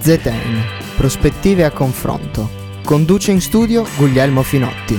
ZN, prospettive a confronto. Conduce in studio Guglielmo Finotti.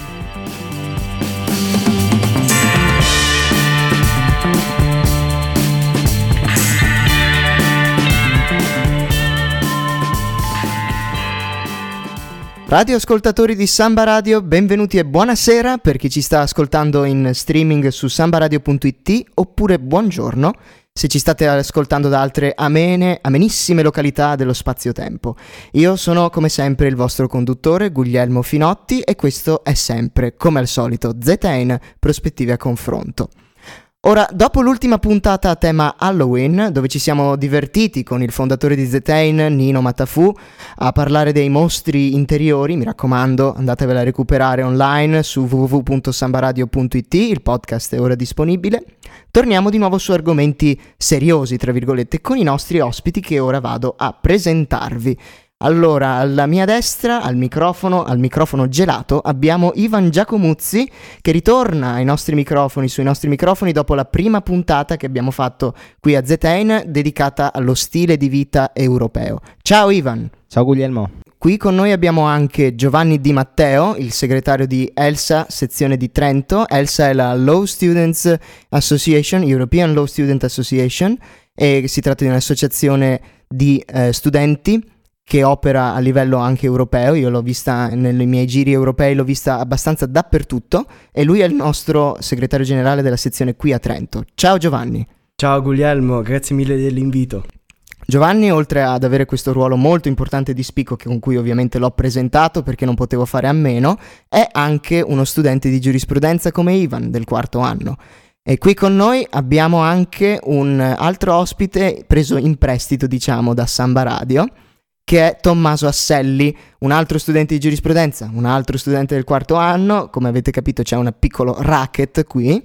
Radioascoltatori di Samba Radio, benvenuti e buonasera per chi ci sta ascoltando in streaming su sambaradio.it, oppure buongiorno se ci state ascoltando da altre amenissime località dello spazio-tempo. Io sono come sempre il vostro conduttore Guglielmo Finotti e questo è sempre, come al solito, ZN, prospettive a confronto. Ora, dopo l'ultima puntata a tema Halloween, dove ci siamo divertiti con il fondatore di ZN, Nino Matafu, a parlare dei mostri interiori, mi raccomando, andatevela a recuperare online su www.sambaradio.it, il podcast è ora disponibile, torniamo di nuovo su argomenti seriosi, tra virgolette, con i nostri ospiti che ora vado a presentarvi. Allora, alla mia destra, al microfono gelato, abbiamo Ivan Giacomuzzi che ritorna sui nostri microfoni dopo la prima puntata che abbiamo fatto qui a ZN dedicata allo stile di vita europeo. Ciao Ivan! Ciao Guglielmo! Qui con noi abbiamo anche Giovanni Di Matteo, il segretario di ELSA, sezione di Trento. ELSA è la Law Students Association, European Law Student Association, e si tratta di un'associazione di studenti che opera a livello anche europeo. Io l'ho vista nei miei giri europei, l'ho vista abbastanza dappertutto, e lui è il nostro segretario generale della sezione qui a Trento. Ciao Giovanni. Ciao Guglielmo, grazie mille dell'invito. Giovanni, oltre ad avere questo ruolo molto importante di spicco, con cui ovviamente l'ho presentato perché non potevo fare a meno, è anche uno studente di giurisprudenza come Ivan, del quarto anno. E qui con noi abbiamo anche un altro ospite preso in prestito, diciamo, da Samba Radio, che è Tommaso Asselli, un altro studente di giurisprudenza, un altro studente del quarto anno. Come avete capito c'è un piccolo racket qui,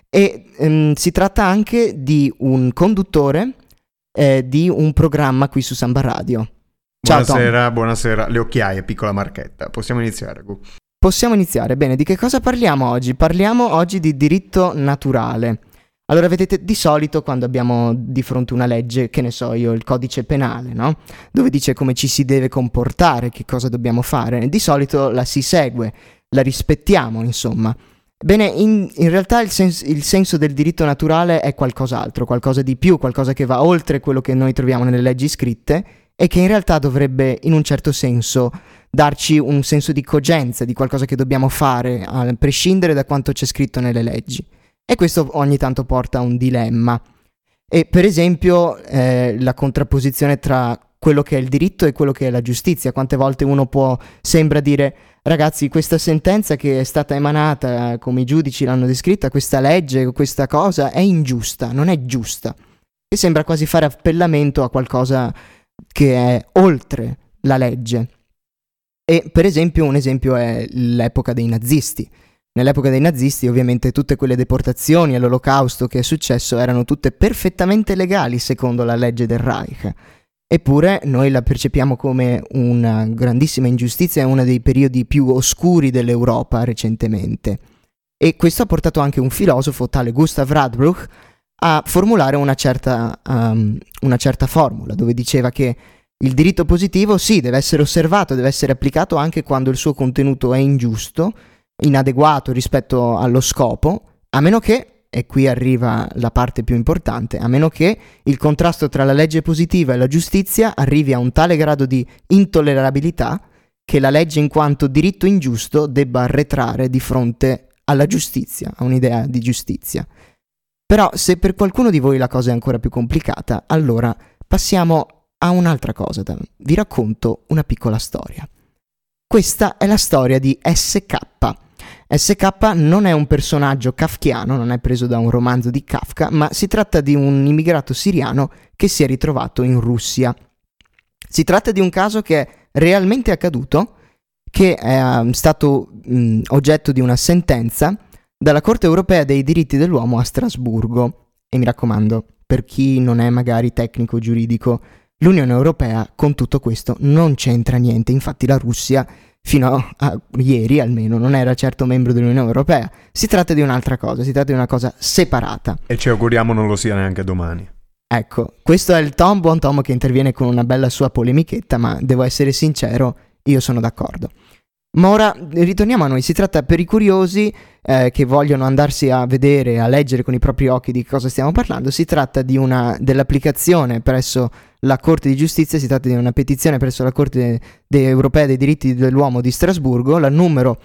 e si tratta anche di un conduttore di un programma qui su Samba Radio. Ciao Tom. Buonasera, le occhiaie, piccola marchetta. Possiamo iniziare, Gu? Possiamo iniziare, bene. Di che cosa parliamo oggi? Parliamo oggi di diritto naturale. Allora, vedete, di solito quando abbiamo di fronte una legge, che ne so io, il codice penale, no? Dove dice come ci si deve comportare, che cosa dobbiamo fare, di solito la si segue, la rispettiamo, insomma. Bene, in realtà il senso del diritto naturale è qualcos'altro, qualcosa di più, qualcosa che va oltre quello che noi troviamo nelle leggi scritte e che in realtà dovrebbe, in un certo senso, darci un senso di cogenza, di qualcosa che dobbiamo fare, a prescindere da quanto c'è scritto nelle leggi. E questo ogni tanto porta a un dilemma. E per esempio la contrapposizione tra quello che è il diritto e quello che è la giustizia. Quante volte uno sembra dire: ragazzi, questa sentenza che è stata emanata, come i giudici l'hanno descritta, questa legge, questa cosa è ingiusta, non è giusta. E sembra quasi fare appellamento a qualcosa che è oltre la legge. E per esempio, un esempio è l'epoca dei nazisti. Nell'epoca dei nazisti, ovviamente, tutte quelle deportazioni e l'olocausto che è successo erano tutte perfettamente legali secondo la legge del Reich. Eppure noi la percepiamo come una grandissima ingiustizia e uno dei periodi più oscuri dell'Europa recentemente. E questo ha portato anche un filosofo, tale Gustav Radbruch, a formulare una certa formula, dove diceva che il diritto positivo sì, deve essere osservato, deve essere applicato anche quando il suo contenuto è ingiusto, inadeguato rispetto allo scopo, a meno che, e qui arriva la parte più importante, a meno che il contrasto tra la legge positiva e la giustizia arrivi a un tale grado di intollerabilità che la legge in quanto diritto ingiusto debba arretrare di fronte alla giustizia, a un'idea di giustizia. Però se per qualcuno di voi la cosa è ancora più complicata, allora passiamo a un'altra cosa. Vi racconto una piccola storia. Questa è la storia di SK. SK non è un personaggio kafkiano, non è preso da un romanzo di Kafka, ma si tratta di un immigrato siriano che si è ritrovato in Russia. Si tratta di un caso che è realmente accaduto, che è stato oggetto di una sentenza dalla Corte Europea dei diritti dell'uomo a Strasburgo. E mi raccomando, per chi non è magari tecnico giuridico, l'Unione Europea con tutto questo non c'entra niente. Infatti la Russia fino a ieri almeno non era certo membro dell'Unione Europea. Si tratta di un'altra cosa, si tratta di una cosa separata. E ci auguriamo non lo sia neanche domani. Ecco, questo è il buon Tom che interviene con una bella sua polemichetta, ma devo essere sincero, io sono d'accordo. Ma ora ritorniamo a noi, si tratta per i curiosi che vogliono andarsi a vedere, a leggere con i propri occhi di cosa stiamo parlando, si tratta dell'applicazione presso la Corte di Giustizia, si tratta di una petizione presso la Corte Europea dei diritti dell'uomo di Strasburgo, la numero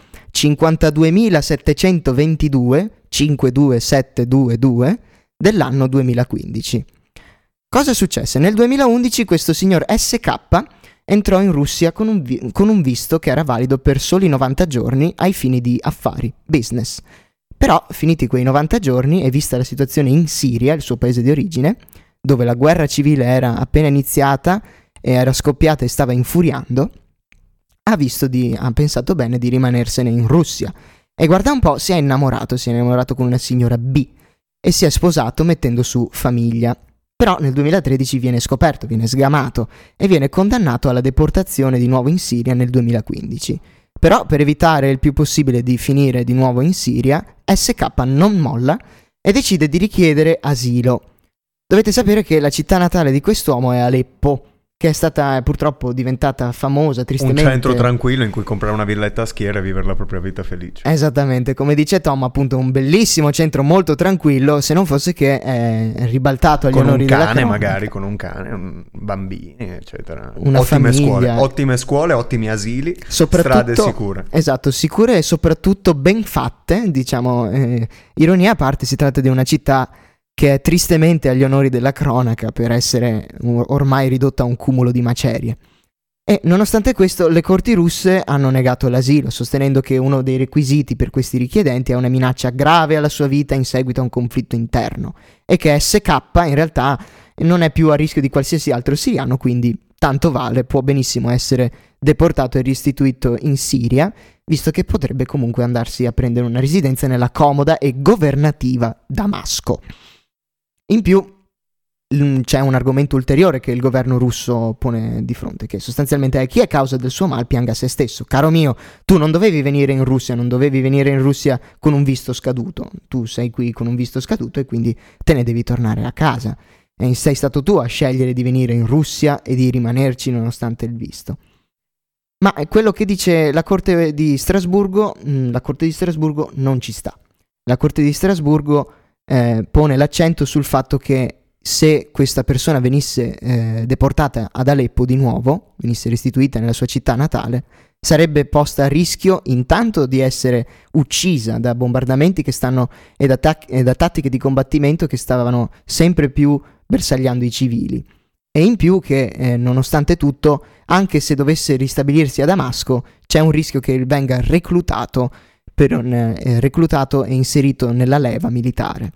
52722 dell'anno 2015. Cosa successe? Nel 2011 questo signor SK entrò in Russia con un visto che era valido per soli 90 giorni ai fini di affari, business. Però, finiti quei 90 giorni e vista la situazione in Siria, il suo paese di origine, dove la guerra civile era appena iniziata e era scoppiata e stava infuriando, ha pensato bene di rimanersene in Russia. E guarda un po', si è innamorato con una signora B e si è sposato mettendo su famiglia. Però nel 2013 viene scoperto, viene sgamato e viene condannato alla deportazione di nuovo in Siria nel 2015. Però per evitare il più possibile di finire di nuovo in Siria, SK non molla e decide di richiedere asilo. Dovete sapere che la città natale di quest'uomo è Aleppo, che è purtroppo diventata famosa, tristemente. Un centro tranquillo in cui comprare una villetta a schiera e vivere la propria vita felice. Esattamente, come dice Tom, appunto un bellissimo centro molto tranquillo, se non fosse che è ribaltato agli onori della cronaca. Magari con un cane, bambini, eccetera. Una famiglia. Ottime scuole, ottimi asili, strade sicure. Esatto, sicure e soprattutto ben fatte, diciamo, ironia a parte, si tratta di una città che è tristemente agli onori della cronaca per essere ormai ridotta a un cumulo di macerie. E nonostante questo le corti russe hanno negato l'asilo, sostenendo che uno dei requisiti per questi richiedenti è una minaccia grave alla sua vita in seguito a un conflitto interno e che SK in realtà non è più a rischio di qualsiasi altro siriano, quindi tanto vale, può benissimo essere deportato e restituito in Siria, visto che potrebbe comunque andarsi a prendere una residenza nella comoda e governativa Damasco. In più c'è un argomento ulteriore che il governo russo pone di fronte, che sostanzialmente è: chi è causa del suo mal pianga se stesso. Caro mio, tu non dovevi venire in Russia con un visto scaduto, tu sei qui con un visto scaduto e quindi te ne devi tornare a casa. E sei stato tu a scegliere di venire in Russia e di rimanerci nonostante il visto. Ma quello che dice la Corte di Strasburgo non ci sta. La Corte di Strasburgo pone l'accento sul fatto che se questa persona venisse deportata ad Aleppo di nuovo, venisse restituita nella sua città natale, sarebbe posta a rischio intanto di essere uccisa da bombardamenti e da tattiche di combattimento che stavano sempre più bersagliando i civili. E in più che, nonostante tutto, anche se dovesse ristabilirsi a Damasco, c'è un rischio che venga reclutato e inserito nella leva militare.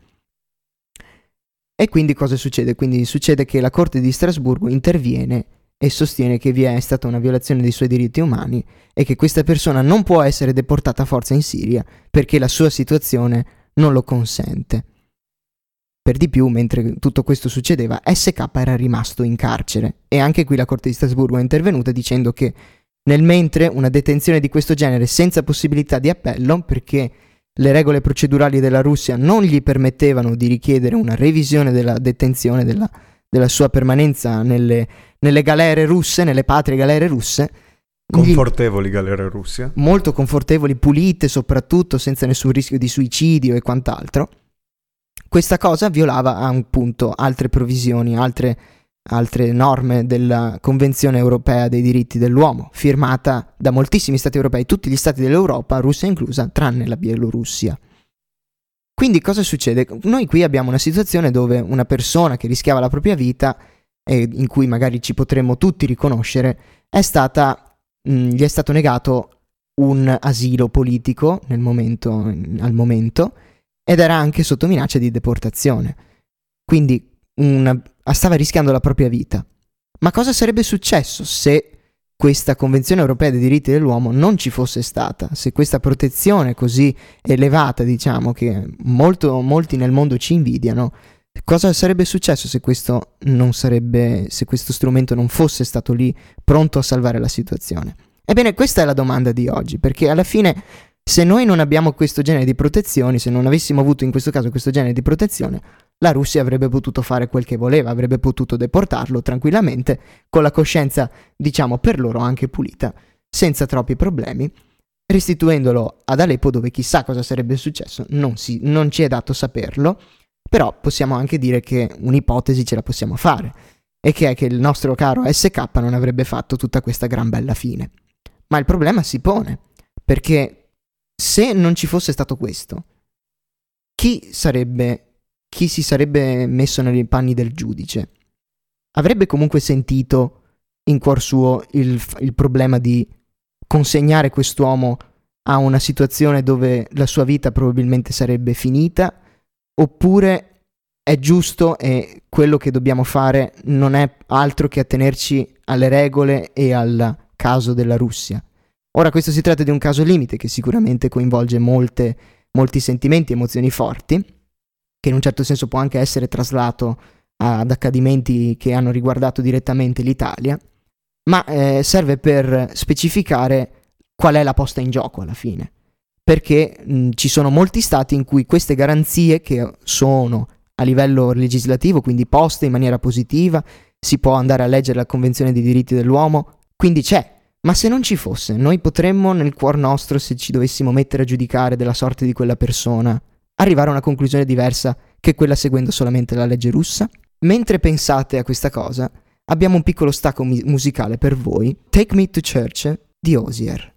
E quindi cosa succede? Quindi succede che la Corte di Strasburgo interviene e sostiene che vi è stata una violazione dei suoi diritti umani e che questa persona non può essere deportata a forza in Siria perché la sua situazione non lo consente. Per di più, mentre tutto questo succedeva, SK era rimasto in carcere e anche qui la Corte di Strasburgo è intervenuta dicendo che nel mentre una detenzione di questo genere senza possibilità di appello, perché le regole procedurali della Russia non gli permettevano di richiedere una revisione della detenzione della sua permanenza nelle galere russe, nelle patrie galere russe. Confortevoli galere russe. Molto confortevoli, pulite soprattutto, senza nessun rischio di suicidio e quant'altro. Questa cosa violava appunto altre provvisioni, altre norme della Convenzione Europea dei diritti dell'uomo, firmata da moltissimi stati europei, tutti gli stati dell'Europa, Russia inclusa, tranne la Bielorussia. Quindi cosa succede? Noi qui abbiamo una situazione dove una persona che rischiava la propria vita e in cui magari ci potremmo tutti riconoscere gli è stato negato un asilo politico al momento ed era anche sotto minaccia di deportazione. Quindi stava rischiando la propria vita. Ma cosa sarebbe successo se questa Convenzione Europea dei diritti dell'uomo non ci fosse stata? Se questa protezione così elevata, diciamo, che molti nel mondo ci invidiano, cosa sarebbe successo se questo strumento non fosse stato lì pronto a salvare la situazione? Ebbene, questa è la domanda di oggi, perché alla fine Se noi non abbiamo questo genere di protezioni, se non avessimo avuto in questo caso questo genere di protezione, la Russia avrebbe potuto fare quel che voleva, avrebbe potuto deportarlo tranquillamente, con la coscienza, diciamo, per loro anche pulita, senza troppi problemi, restituendolo ad Aleppo, dove chissà cosa sarebbe successo, non ci è dato saperlo, però possiamo anche dire che un'ipotesi ce la possiamo fare, e che è che il nostro caro SK non avrebbe fatto tutta questa gran bella fine. Ma il problema si pone, perché se non ci fosse stato questo, chi si sarebbe messo nei panni del giudice? Avrebbe comunque sentito in cuor suo il problema di consegnare quest'uomo a una situazione dove la sua vita probabilmente sarebbe finita, oppure è giusto e quello che dobbiamo fare non è altro che attenerci alle regole e al caso della Russia? Ora, questo si tratta di un caso limite che sicuramente coinvolge molti sentimenti, emozioni forti, che in un certo senso può anche essere traslato ad accadimenti che hanno riguardato direttamente l'Italia, ma serve per specificare qual è la posta in gioco alla fine, perché ci sono molti stati in cui queste garanzie, che sono a livello legislativo, quindi poste in maniera positiva, si può andare a leggere la Convenzione dei diritti dell'uomo, quindi c'è. Ma se non ci fosse, noi potremmo nel cuor nostro, se ci dovessimo mettere a giudicare della sorte di quella persona, arrivare a una conclusione diversa che quella seguendo solamente la legge russa? Mentre pensate a questa cosa, abbiamo un piccolo stacco musicale per voi, Take Me to Church di Osier.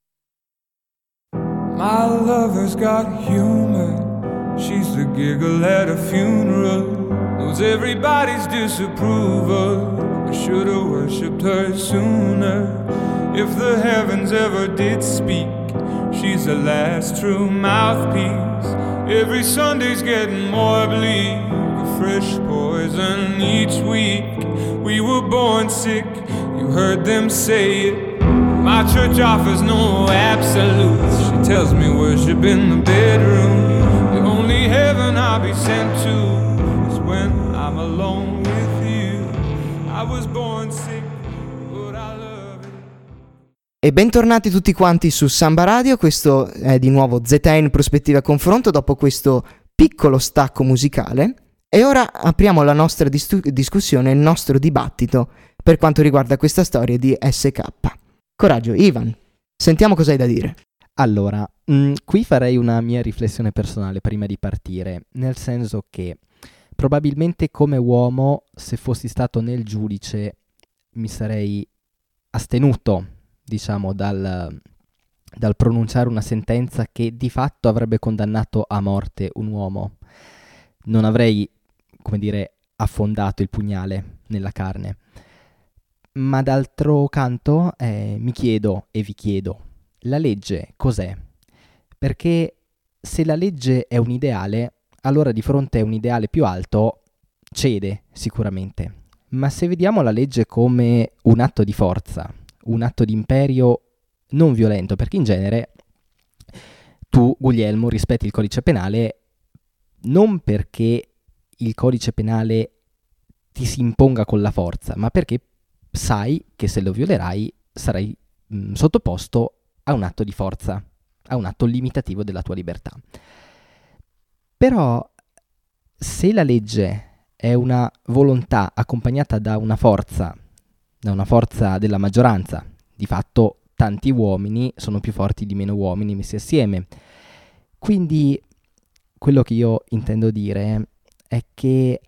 My lover's got humor, she's the giggle at a funeral, knows everybody's disapproval. I should've worshipped her sooner. If the heavens ever did speak, she's the last true mouthpiece. Every Sunday's getting more bleak, a fresh poison each week. We were born sick, you heard them say it. My church offers no absolutes. She tells me worship in the bedroom. The only heaven I'll be sent to is when I'm alone with you. I was born sick, but I love it. E bentornati tutti quanti su Samba Radio, questo è di nuovo ZN Prospettiva Confronto dopo questo piccolo stacco musicale. E ora apriamo la nostra discussione, il nostro dibattito per quanto riguarda questa storia di SK. Coraggio, Ivan, sentiamo cosa hai da dire. Allora, qui farei una mia riflessione personale prima di partire, nel senso che probabilmente come uomo, se fossi stato nel giudice, mi sarei astenuto, diciamo, dal pronunciare una sentenza che di fatto avrebbe condannato a morte un uomo. Non avrei, come dire, affondato il pugnale nella carne. Ma d'altro canto mi chiedo e vi chiedo, la legge cos'è? Perché se la legge è un ideale, allora di fronte a un ideale più alto cede sicuramente. Ma se vediamo la legge come un atto di forza, un atto di imperio non violento, perché in genere tu, Guglielmo, rispetti il codice penale non perché il codice penale ti si imponga con la forza, ma perché sai che se lo violerai sarai sottoposto a un atto di forza, a un atto limitativo della tua libertà. Però se la legge è una volontà accompagnata da una forza della maggioranza, di fatto tanti uomini sono più forti di meno uomini messi assieme. Quindi quello che io intendo dire è che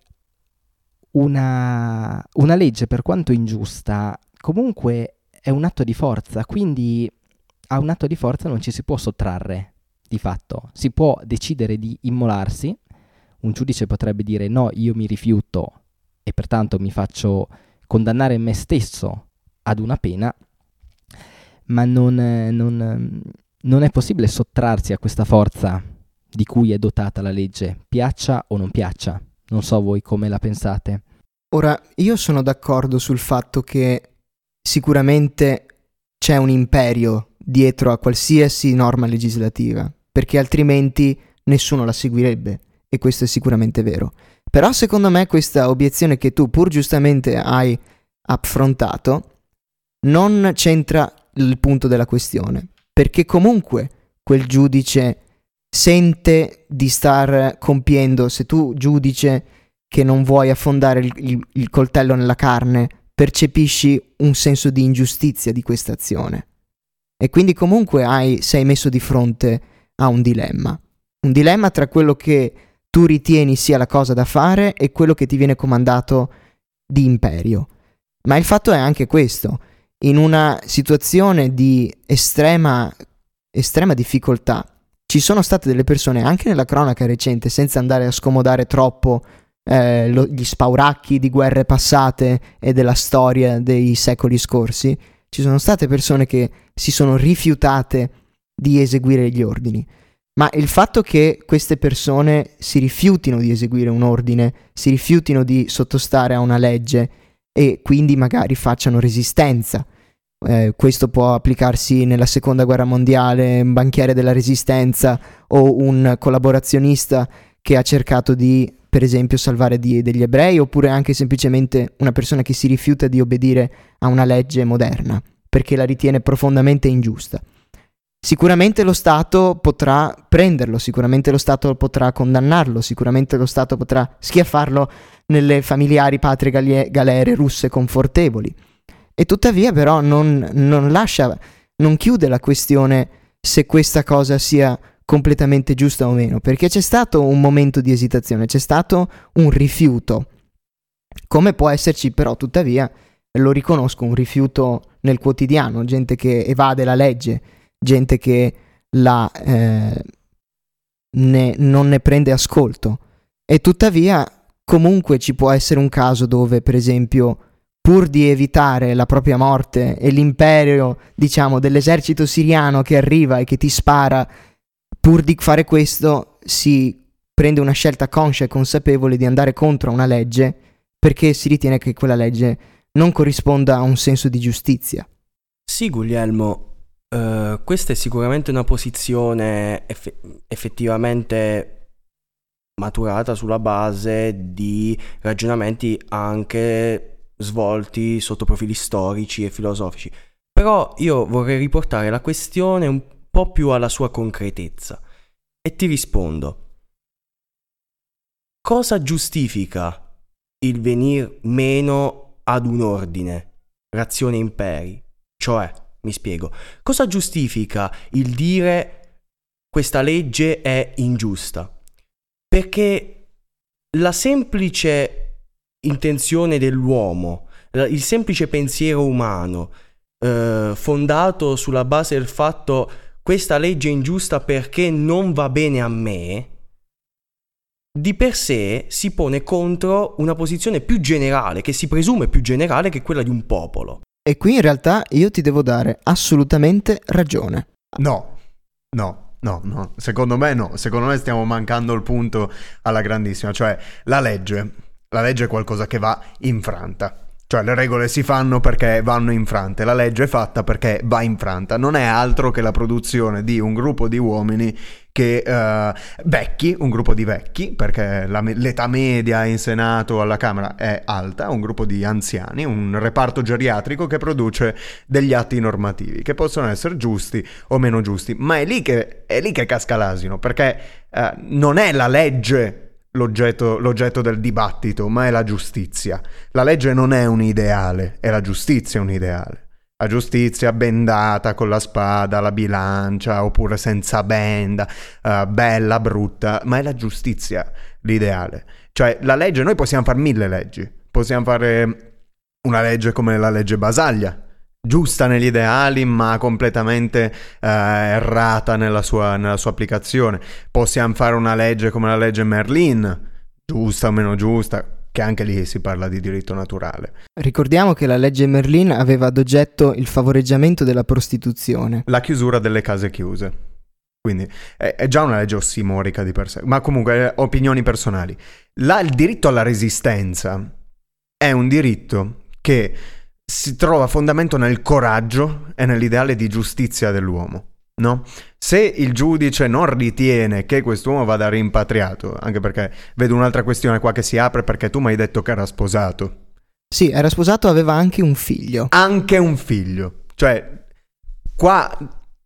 una legge, per quanto ingiusta, comunque è un atto di forza, quindi a un atto di forza non ci si può sottrarre, di fatto. Si può decidere di immolarsi, un giudice potrebbe dire no, io mi rifiuto e pertanto mi faccio condannare me stesso ad una pena, ma non è possibile sottrarsi a questa forza di cui è dotata la legge, piaccia o non piaccia. Non so voi come la pensate. Ora, io sono d'accordo sul fatto che sicuramente c'è un imperio dietro a qualsiasi norma legislativa, perché altrimenti nessuno la seguirebbe, e questo è sicuramente vero. Però secondo me questa obiezione che tu pur giustamente hai affrontato non c'entra il punto della questione, perché comunque quel giudice sente di star compiendo, se tu giudice che non vuoi affondare il coltello nella carne, percepisci un senso di ingiustizia di questa azione. E quindi comunque sei messo di fronte a un dilemma tra quello che tu ritieni sia la cosa da fare e quello che ti viene comandato di imperio. Ma il fatto è anche questo: in una situazione di estrema difficoltà ci sono state delle persone, anche nella cronaca recente, senza andare a scomodare troppo gli spauracchi di guerre passate e della storia dei secoli scorsi, ci sono state persone che si sono rifiutate di eseguire gli ordini. Ma il fatto che queste persone si rifiutino di eseguire un ordine, si rifiutino di sottostare a una legge e quindi magari facciano resistenza, questo può applicarsi nella seconda guerra mondiale, un banchiere della resistenza o un collaborazionista che ha cercato di, per esempio, salvare degli ebrei, oppure anche semplicemente una persona che si rifiuta di obbedire a una legge moderna perché la ritiene profondamente ingiusta. Sicuramente lo Stato potrà prenderlo, sicuramente lo Stato potrà condannarlo, sicuramente lo Stato potrà schiaffarlo nelle familiari patrie galere russe confortevoli. E tuttavia però non chiude la questione se questa cosa sia completamente giusta o meno, perché c'è stato un momento di esitazione, c'è stato un rifiuto, come può esserci però tuttavia, lo riconosco, un rifiuto nel quotidiano, gente che evade la legge, gente che non ne prende ascolto. E tuttavia comunque ci può essere un caso dove, per esempio, pur di evitare la propria morte e l'imperio, diciamo, dell'esercito siriano che arriva e che ti spara, pur di fare questo si prende una scelta conscia e consapevole di andare contro una legge perché si ritiene che quella legge non corrisponda a un senso di giustizia. Sì, Guglielmo, questa è sicuramente una posizione effettivamente maturata sulla base di ragionamenti anche svolti sotto profili storici e filosofici. Però io vorrei riportare la questione un po' più alla sua concretezza e ti rispondo: cosa giustifica il venir meno ad un ordine, razione imperi? Cioè, mi spiego, cosa giustifica il dire questa legge è ingiusta? Perché la semplice intenzione dell'uomo, il semplice pensiero umano, fondato sulla base del fatto questa legge è ingiusta perché non va bene a me, di per sé si pone contro una posizione più generale, che si presume più generale, che quella di un popolo. E qui in realtà io ti devo dare assolutamente ragione. No, secondo me no, secondo me stiamo mancando il punto alla grandissima, cioè la legge è qualcosa che va infranta. Cioè le regole si fanno perché vanno infrante, la legge è fatta perché va infranta, non è altro che la produzione di un gruppo di uomini che vecchi, un gruppo di vecchi, perché l'età media in Senato, alla Camera è alta, un gruppo di anziani, un reparto geriatrico che produce degli atti normativi che possono essere giusti o meno giusti, ma è lì che casca l'asino, perché non è la legge l'oggetto del dibattito, ma è la giustizia. La legge non è un ideale, è la giustizia un ideale. La giustizia bendata con la spada, la bilancia, oppure senza benda, bella, brutta, ma è la giustizia l'ideale. Cioè la legge, noi possiamo fare 1000 leggi, possiamo fare una legge come la legge Basaglia, giusta negli ideali ma completamente errata nella sua applicazione. Possiamo fare una legge come la legge Merlin, giusta o meno giusta, che anche lì si parla di diritto naturale. Ricordiamo che la legge Merlin aveva ad oggetto il favoreggiamento della prostituzione, la chiusura delle case chiuse, quindi è già una legge ossimorica di per sé, ma comunque opinioni personali. Il diritto alla resistenza è un diritto che si trova fondamento nel coraggio e nell'ideale di giustizia dell'uomo, no? Se il giudice non ritiene che quest'uomo vada rimpatriato, anche perché vedo un'altra questione qua che si apre, perché tu mi hai detto che era sposato. Sì, era sposato, aveva anche un figlio. Anche un figlio. Cioè, qua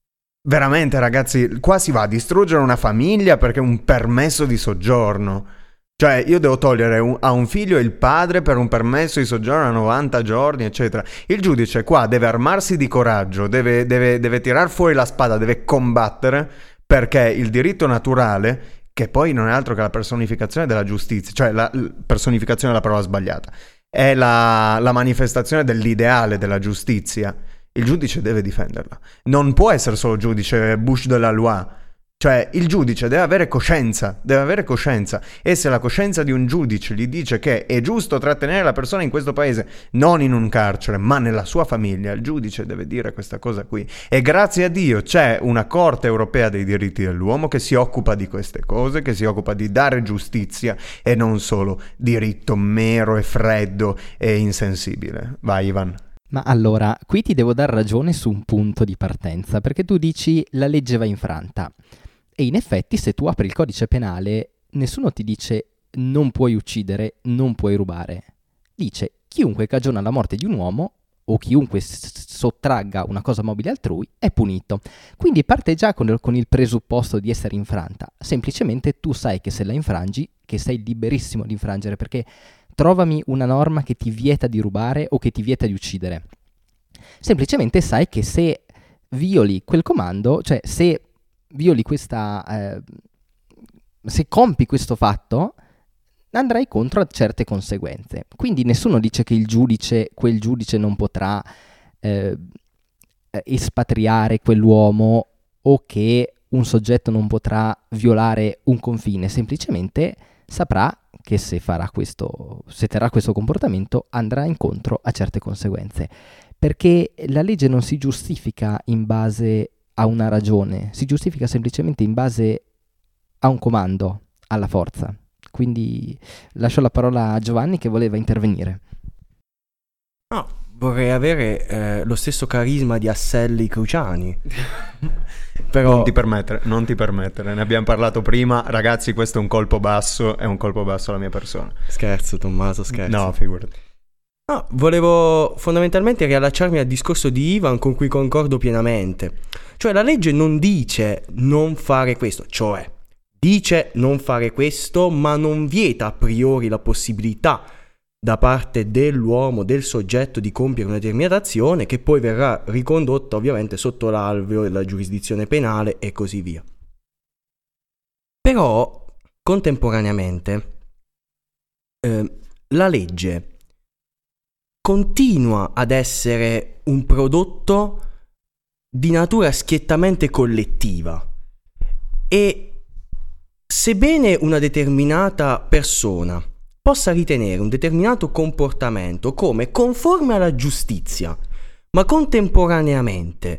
veramente ragazzi, qua si va a distruggere una famiglia perché un permesso di soggiorno. Cioè io devo togliere a un figlio il padre per un permesso di soggiorno a 90 giorni, eccetera. Il giudice qua deve armarsi di coraggio, deve tirar fuori la spada, deve combattere, perché il diritto naturale, che poi non è altro che la personificazione della giustizia, cioè la personificazione è la parola sbagliata, è la manifestazione dell'ideale della giustizia. Il giudice deve difenderla. Non può essere solo giudice Bush de la loi. Cioè il giudice deve avere coscienza, e se la coscienza di un giudice gli dice che è giusto trattenere la persona in questo paese, non in un carcere, ma nella sua famiglia, il giudice deve dire questa cosa qui. E grazie a Dio c'è una Corte Europea dei diritti dell'uomo che si occupa di queste cose, che si occupa di dare giustizia e non solo diritto mero e freddo e insensibile. Vai Ivan. Ma allora, qui ti devo dar ragione su un punto di partenza, perché tu dici la legge va infranta. E in effetti se tu apri il codice penale, nessuno ti dice non puoi uccidere, non puoi rubare. Dice chiunque cagiona la morte di un uomo o chiunque sottragga una cosa mobile altrui è punito. Quindi parte già con il presupposto di essere infranta. Semplicemente tu sai che se la infrangi, che sei liberissimo di infrangere, perché trovami una norma che ti vieta di rubare o che ti vieta di uccidere. Semplicemente sai che se violi quel comando, cioè se violi se compi questo fatto, andrai contro a certe conseguenze. Quindi nessuno dice che quel giudice non potrà espatriare quell'uomo o che un soggetto non potrà violare un confine, semplicemente saprà che se terrà questo comportamento andrà incontro a certe conseguenze. Perché la legge non si giustifica in base a una ragione, si giustifica semplicemente in base a un comando, alla forza. Quindi lascio la parola a Giovanni che voleva intervenire. No, vorrei avere lo stesso carisma di Asselli Cruciani. Però Non ti permettere, ne abbiamo parlato prima, ragazzi, questo è un colpo basso alla mia persona. Scherzo Tommaso, scherzo. No, figurati. No, volevo fondamentalmente riallacciarmi al discorso di Ivan con cui concordo pienamente. Cioè la legge non dice non fare questo, cioè dice non fare questo, ma non vieta a priori la possibilità da parte dell'uomo, del soggetto, di compiere una determinata azione che poi verrà ricondotta ovviamente sotto l'alveo della giurisdizione penale e così via. Però contemporaneamente la legge continua ad essere un prodotto di natura schiettamente collettiva e sebbene una determinata persona possa ritenere un determinato comportamento come conforme alla giustizia, ma contemporaneamente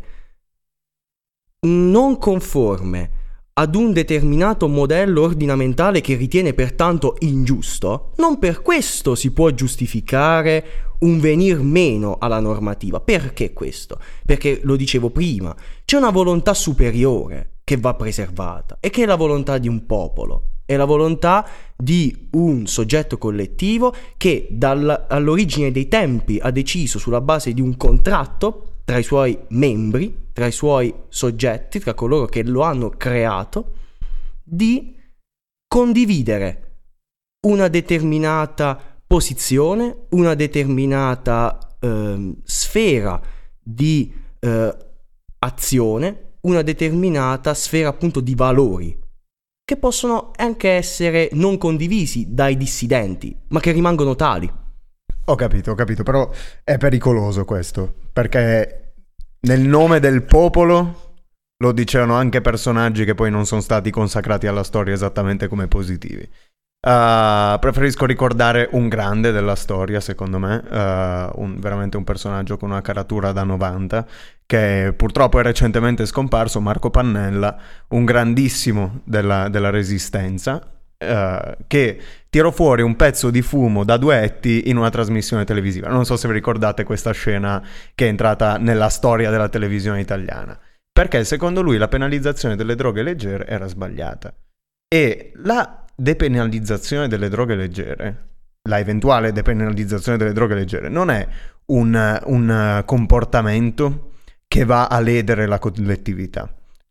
non conforme ad un determinato modello ordinamentale che ritiene pertanto ingiusto, non per questo si può giustificare un venir meno alla normativa. Perché questo? Perché, lo dicevo prima, c'è una volontà superiore che va preservata e che è la volontà di un popolo. È la volontà di un soggetto collettivo che all'origine dei tempi ha deciso sulla base di un contratto tra i suoi membri, tra i suoi soggetti, tra coloro che lo hanno creato, di condividere una determinata posizione, una determinata sfera di azione, una determinata sfera appunto di valori, che possono anche essere non condivisi dai dissidenti, ma che rimangono tali. Ho capito, però è pericoloso questo, perché nel nome del popolo lo dicevano anche personaggi che poi non sono stati consacrati alla storia esattamente come positivi. Preferisco ricordare un grande della storia, secondo me, veramente un personaggio con una caratura da 90, che purtroppo è recentemente scomparso, Marco Pannella, un grandissimo della Resistenza, che tirò fuori un pezzo di fumo da duetti in una trasmissione televisiva. Non so se vi ricordate questa scena che è entrata nella storia della televisione italiana, perché secondo lui la penalizzazione delle droghe leggere era sbagliata e la depenalizzazione delle droghe leggere, la eventuale depenalizzazione delle droghe leggere, non è un comportamento che va a ledere la collettività,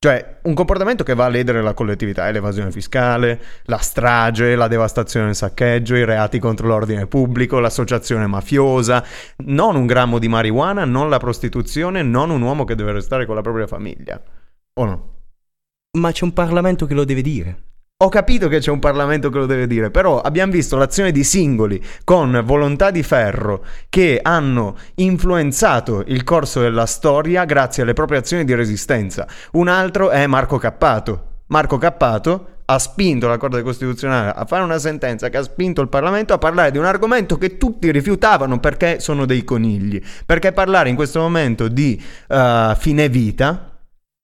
Cioè, un comportamento che va a ledere la collettività è l'evasione fiscale, la strage, la devastazione e il saccheggio, i reati contro l'ordine pubblico, l'associazione mafiosa, non un grammo di marijuana, non la prostituzione, non un uomo che deve restare con la propria famiglia. O no? Ma c'è un Parlamento che lo deve dire. Ho capito che c'è un Parlamento che lo deve dire, però abbiamo visto l'azione di singoli con volontà di ferro che hanno influenzato il corso della storia grazie alle proprie azioni di resistenza. Un altro è Marco Cappato. Marco Cappato ha spinto la Corte Costituzionale a fare una sentenza che ha spinto il Parlamento a parlare di un argomento che tutti rifiutavano perché sono dei conigli. Perché parlare in questo momento di fine vita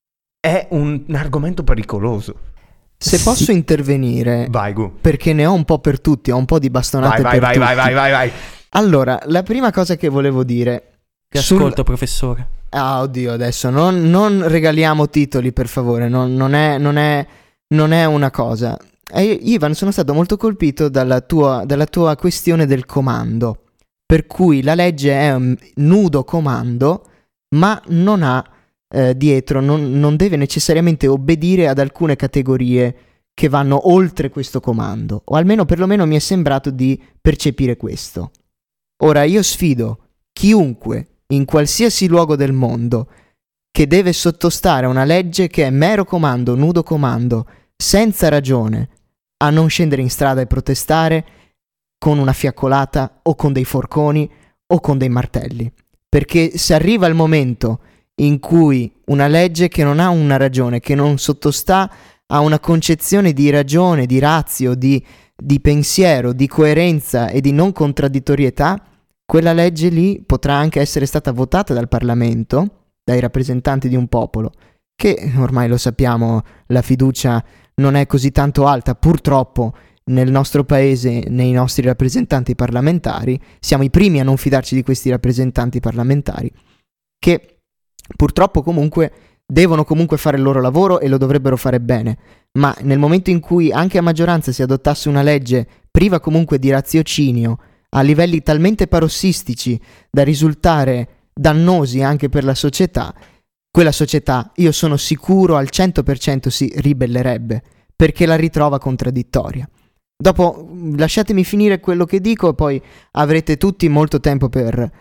è un argomento pericoloso. Se posso intervenire, Vai, Gu. perché ne ho un po' per tutti, ho un po' di bastonate per tutti. Vai. Allora, la prima cosa che volevo dire... Ti ascolto, professore. Ah, oddio, adesso non regaliamo titoli, per favore, non è una cosa. Ivan, sono stato molto colpito dalla tua questione del comando, per cui la legge è un nudo comando, ma non ha dietro, non deve necessariamente obbedire ad alcune categorie che vanno oltre questo comando, o almeno perlomeno mi è sembrato di percepire questo. Ora io sfido chiunque in qualsiasi luogo del mondo che deve sottostare a una legge che è mero comando, nudo comando, senza ragione, a non scendere in strada e protestare con una fiaccolata o con dei forconi o con dei martelli. Perché se arriva il momento in cui una legge che non ha una ragione, che non sottostà a una concezione di ragione, di ratio, di pensiero, di coerenza e di non contraddittorietà, quella legge lì potrà anche essere stata votata dal Parlamento, dai rappresentanti di un popolo, che ormai lo sappiamo, la fiducia non è così tanto alta, purtroppo nel nostro paese, nei nostri rappresentanti parlamentari, siamo i primi a non fidarci di questi rappresentanti parlamentari, che purtroppo comunque devono comunque fare il loro lavoro e lo dovrebbero fare bene, ma nel momento in cui anche a maggioranza si adottasse una legge priva comunque di raziocinio, a livelli talmente parossistici da risultare dannosi anche per la società, quella società, io sono sicuro al 100% si ribellerebbe, perché la ritrova contraddittoria. Dopo lasciatemi finire quello che dico e poi avrete tutti molto tempo per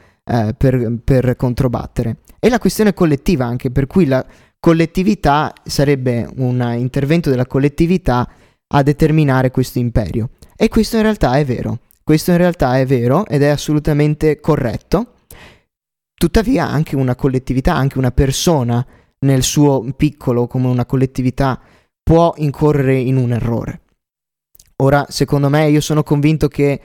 controbattere. E la questione collettiva anche, per cui la collettività sarebbe un intervento della collettività a determinare questo imperio. E questo in realtà è vero. Questo in realtà è vero ed è assolutamente corretto. Tuttavia anche una collettività, anche una persona nel suo piccolo come una collettività può incorrere in un errore. Ora, secondo me, io sono convinto che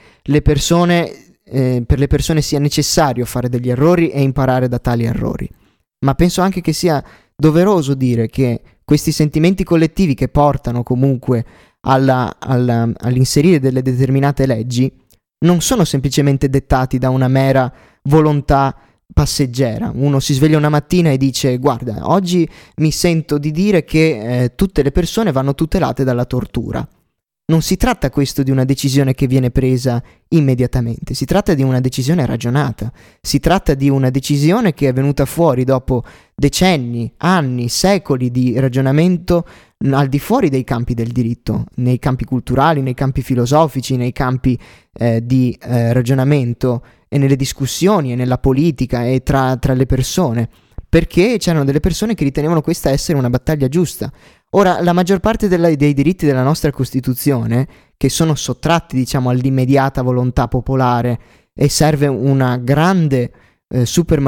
per le persone sia necessario fare degli errori e imparare da tali errori. Ma penso anche che sia doveroso dire che questi sentimenti collettivi che portano comunque all'inserire delle determinate leggi non sono semplicemente dettati da una mera volontà passeggera. Uno si sveglia una mattina e dice: guarda, oggi mi sento di dire che tutte le persone vanno tutelate dalla tortura. Non si tratta questo di una decisione che viene presa immediatamente, si tratta di una decisione ragionata, si tratta di una decisione che è venuta fuori dopo decenni, anni, secoli di ragionamento al di fuori dei campi del diritto, nei campi culturali, nei campi filosofici, nei campi di ragionamento e nelle discussioni e nella politica e tra le persone, perché c'erano delle persone che ritenevano questa essere una battaglia giusta. Ora, la maggior parte dei diritti della nostra Costituzione, che sono sottratti, diciamo, all'immediata volontà popolare e serve una grande super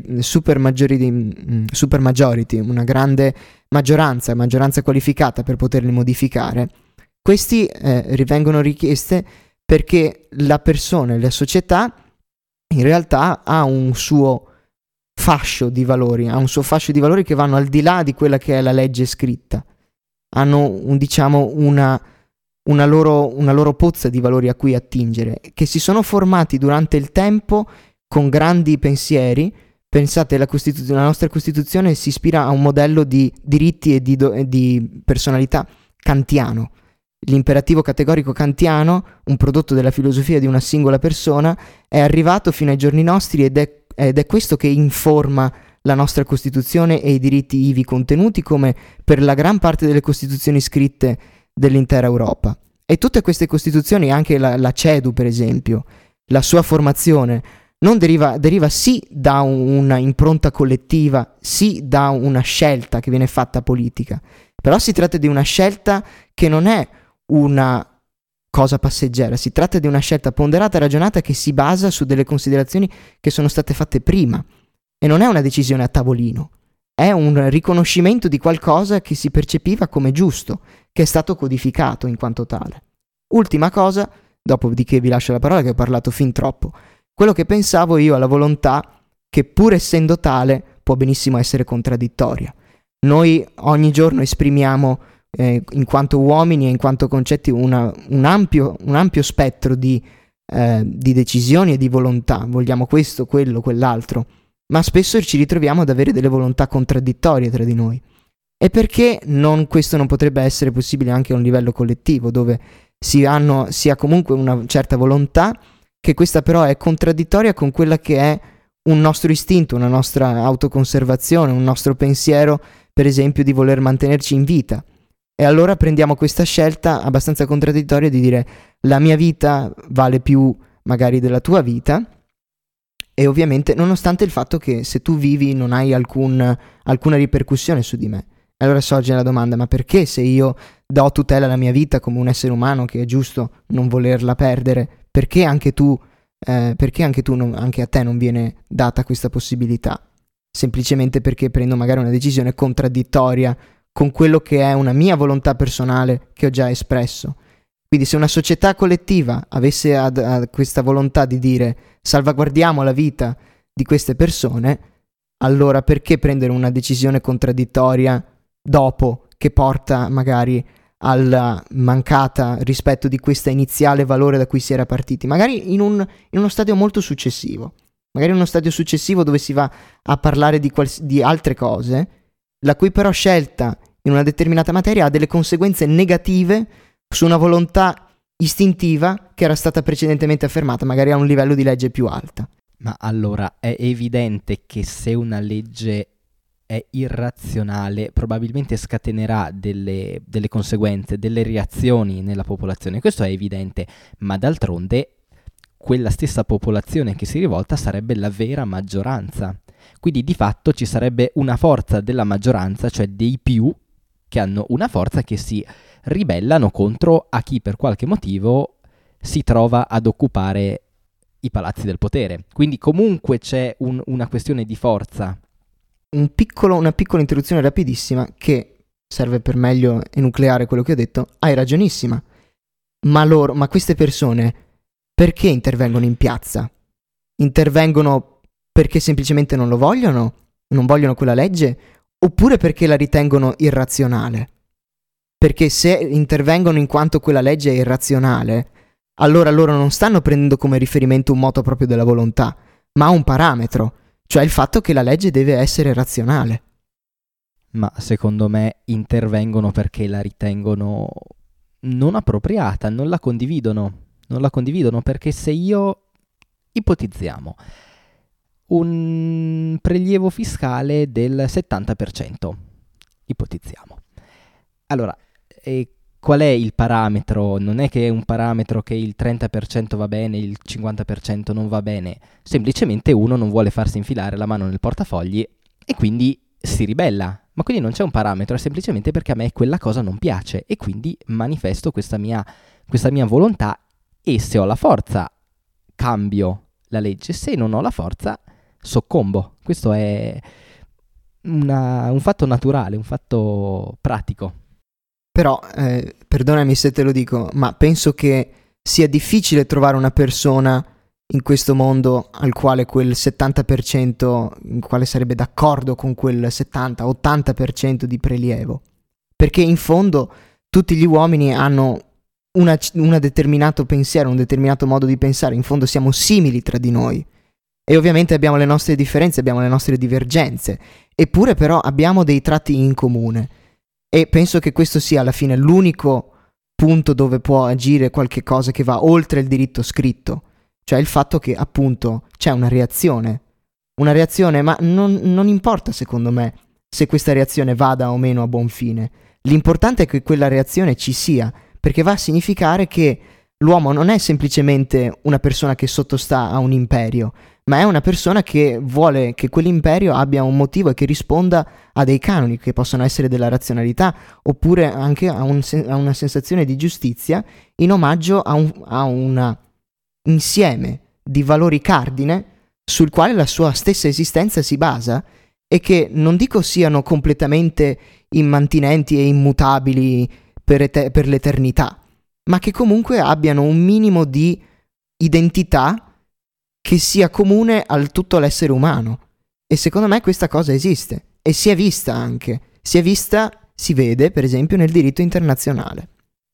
majority, una grande maggioranza qualificata per poterli modificare, questi vengono richieste perché la persona, la società, in realtà ha un suo fascio di valori, che vanno al di là di quella che è la legge scritta. Hanno una loro pozza di valori a cui attingere, che si sono formati durante il tempo con grandi pensieri. Pensate, la nostra Costituzione si ispira a un modello di diritti e di personalità kantiano. L'imperativo categorico kantiano, un prodotto della filosofia di una singola persona, è arrivato fino ai giorni nostri ed è questo che informa la nostra Costituzione e i diritti ivi contenuti, come per la gran parte delle costituzioni scritte dell'intera Europa. E tutte queste costituzioni, anche la CEDU per esempio, la sua formazione, non deriva sì da una impronta collettiva, sì da una scelta che viene fatta politica, però si tratta di una scelta che non è una cosa passeggera, si tratta di una scelta ponderata e ragionata che si basa su delle considerazioni che sono state fatte prima, e non è una decisione a tavolino, è un riconoscimento di qualcosa che si percepiva come giusto, che è stato codificato in quanto tale. Ultima cosa, dopodiché vi lascio la parola che ho parlato fin troppo, quello che pensavo io alla volontà, che pur essendo tale può benissimo essere contraddittoria. Noi ogni giorno esprimiamo in quanto uomini e in quanto concetti un ampio spettro di decisioni e di volontà, vogliamo questo, quello, quell'altro, ma spesso ci ritroviamo ad avere delle volontà contraddittorie tra di noi. E perché questo non potrebbe essere possibile anche a un livello collettivo, dove si ha comunque una certa volontà, che questa però è contraddittoria con quella che è un nostro istinto, una nostra autoconservazione, un nostro pensiero, per esempio, di voler mantenerci in vita. E allora prendiamo questa scelta abbastanza contraddittoria di dire: la mia vita vale più magari della tua vita, e ovviamente nonostante il fatto che se tu vivi non hai alcuna ripercussione su di me. Allora sorge la domanda: ma perché, se io do tutela alla mia vita come un essere umano che è giusto non volerla perdere, perché anche a te non viene data questa possibilità? Semplicemente perché prendo magari una decisione contraddittoria con quello che è una mia volontà personale che ho già espresso. Quindi se una società collettiva avesse questa volontà di dire salvaguardiamo la vita di queste persone, allora perché prendere una decisione contraddittoria dopo, che porta magari al mancata rispetto di questa iniziale valore da cui si era partiti, magari in uno stadio molto successivo, magari in uno stadio successivo dove si va a parlare di altre cose, la cui però scelta in una determinata materia ha delle conseguenze negative su una volontà istintiva che era stata precedentemente affermata, magari a un livello di legge più alta. Ma allora è evidente che se una legge è irrazionale, probabilmente scatenerà delle conseguenze, delle reazioni nella popolazione. Questo è evidente, ma d'altronde quella stessa popolazione che si rivolta sarebbe la vera maggioranza. Quindi di fatto ci sarebbe una forza della maggioranza, cioè dei più, che hanno una forza che si ribellano contro a chi per qualche motivo si trova ad occupare i palazzi del potere. Quindi comunque c'è una questione di forza. Una piccola interruzione rapidissima che serve per meglio enucleare quello che ho detto. Hai ragionissima. Ma queste persone perché intervengono in piazza? Intervengono perché semplicemente non lo vogliono? Non vogliono quella legge? Oppure perché la ritengono irrazionale? Perché se intervengono in quanto quella legge è irrazionale, allora loro non stanno prendendo come riferimento un moto proprio della volontà, ma un parametro, cioè il fatto che la legge deve essere razionale. Ma secondo me intervengono perché la ritengono non appropriata, non la condividono perché se io ipotizziamo un prelievo fiscale del 70%, ipotizziamo. Allora, qual è il parametro? Non è che è un parametro che il 30% va bene, il 50% non va bene, semplicemente uno non vuole farsi infilare la mano nel portafogli e quindi si ribella. Ma quindi non c'è un parametro, è semplicemente perché a me quella cosa non piace e quindi manifesto questa mia volontà, e se ho la forza cambio la legge, se non ho la forza soccombo. Questo è un fatto naturale, un fatto pratico. Però, perdonami se te lo dico, ma penso che sia difficile trovare una persona in questo mondo al quale quel 70%, in quale sarebbe d'accordo con quel 70-80% di prelievo. Perché in fondo tutti gli uomini hanno un determinato pensiero, un determinato modo di pensare, in fondo siamo simili tra di noi. E ovviamente abbiamo le nostre differenze, abbiamo le nostre divergenze, eppure però abbiamo dei tratti in comune. E penso che questo sia alla fine l'unico punto dove può agire qualche cosa che va oltre il diritto scritto, cioè il fatto che appunto c'è una reazione una reazione, ma non importa secondo me se questa reazione vada o meno a buon fine. L'importante è che quella reazione ci sia, perché va a significare che l'uomo non è semplicemente una persona che sottostà a un imperio, ma è una persona che vuole che quell'imperio abbia un motivo e che risponda a dei canoni che possono essere della razionalità, oppure anche a una sensazione di giustizia, in omaggio a un insieme di valori cardine sul quale la sua stessa esistenza si basa, e che non dico siano completamente immantinenti e immutabili per l'eternità, ma che comunque abbiano un minimo di identità che sia comune al tutto l'essere umano. E secondo me questa cosa esiste, e si è vista anche, si vede per esempio nel diritto internazionale.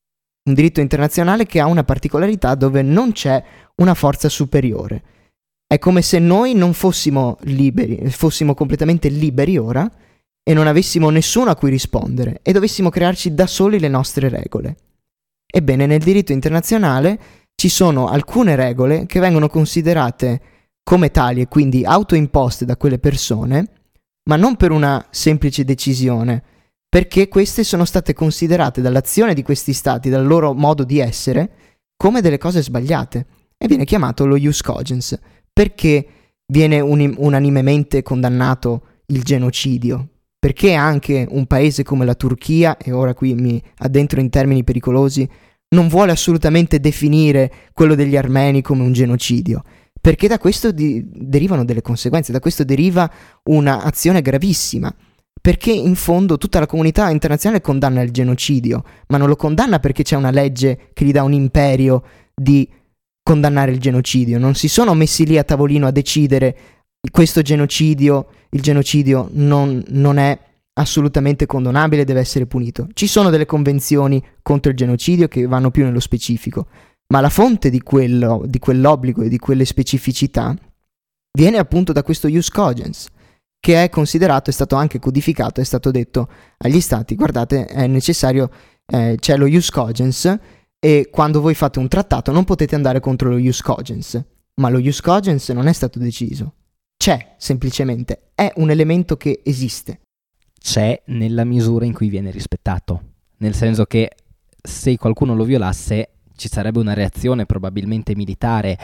Un diritto internazionale che ha una particolarità dove non c'è una forza superiore. È come se noi non fossimo liberi, fossimo completamente liberi ora e non avessimo nessuno a cui rispondere e dovessimo crearci da soli le nostre regole. Ebbene, nel diritto internazionale ci sono alcune regole che vengono considerate come tali e quindi autoimposte da quelle persone, ma non per una semplice decisione, perché queste sono state considerate dall'azione di questi stati, dal loro modo di essere, come delle cose sbagliate, e viene chiamato lo ius cogens. Perché viene unanimemente condannato il genocidio? Perché anche un paese come la Turchia, e ora qui mi addentro in termini pericolosi, non vuole assolutamente definire quello degli armeni come un genocidio? Perché da questo derivano delle conseguenze, da questo deriva un'azione gravissima. Perché in fondo tutta la comunità internazionale condanna il genocidio, ma non lo condanna perché c'è una legge che gli dà un imperio di condannare il genocidio. Non si sono messi lì a tavolino a decidere questo genocidio, il genocidio non è assolutamente condonabile, deve essere punito. Ci sono delle convenzioni contro il genocidio che vanno più nello specifico, ma la fonte di quell'obbligo e di quelle specificità viene appunto da questo ius cogens, che è considerato, è stato anche codificato, è stato detto agli stati: guardate, è necessario, c'è lo ius cogens, e quando voi fate un trattato non potete andare contro lo ius cogens. Ma lo ius cogens non è stato deciso. C'è, semplicemente. È un elemento che esiste. C'è nella misura in cui viene rispettato. Nel senso che se qualcuno lo violasse ci sarebbe una reazione probabilmente militare,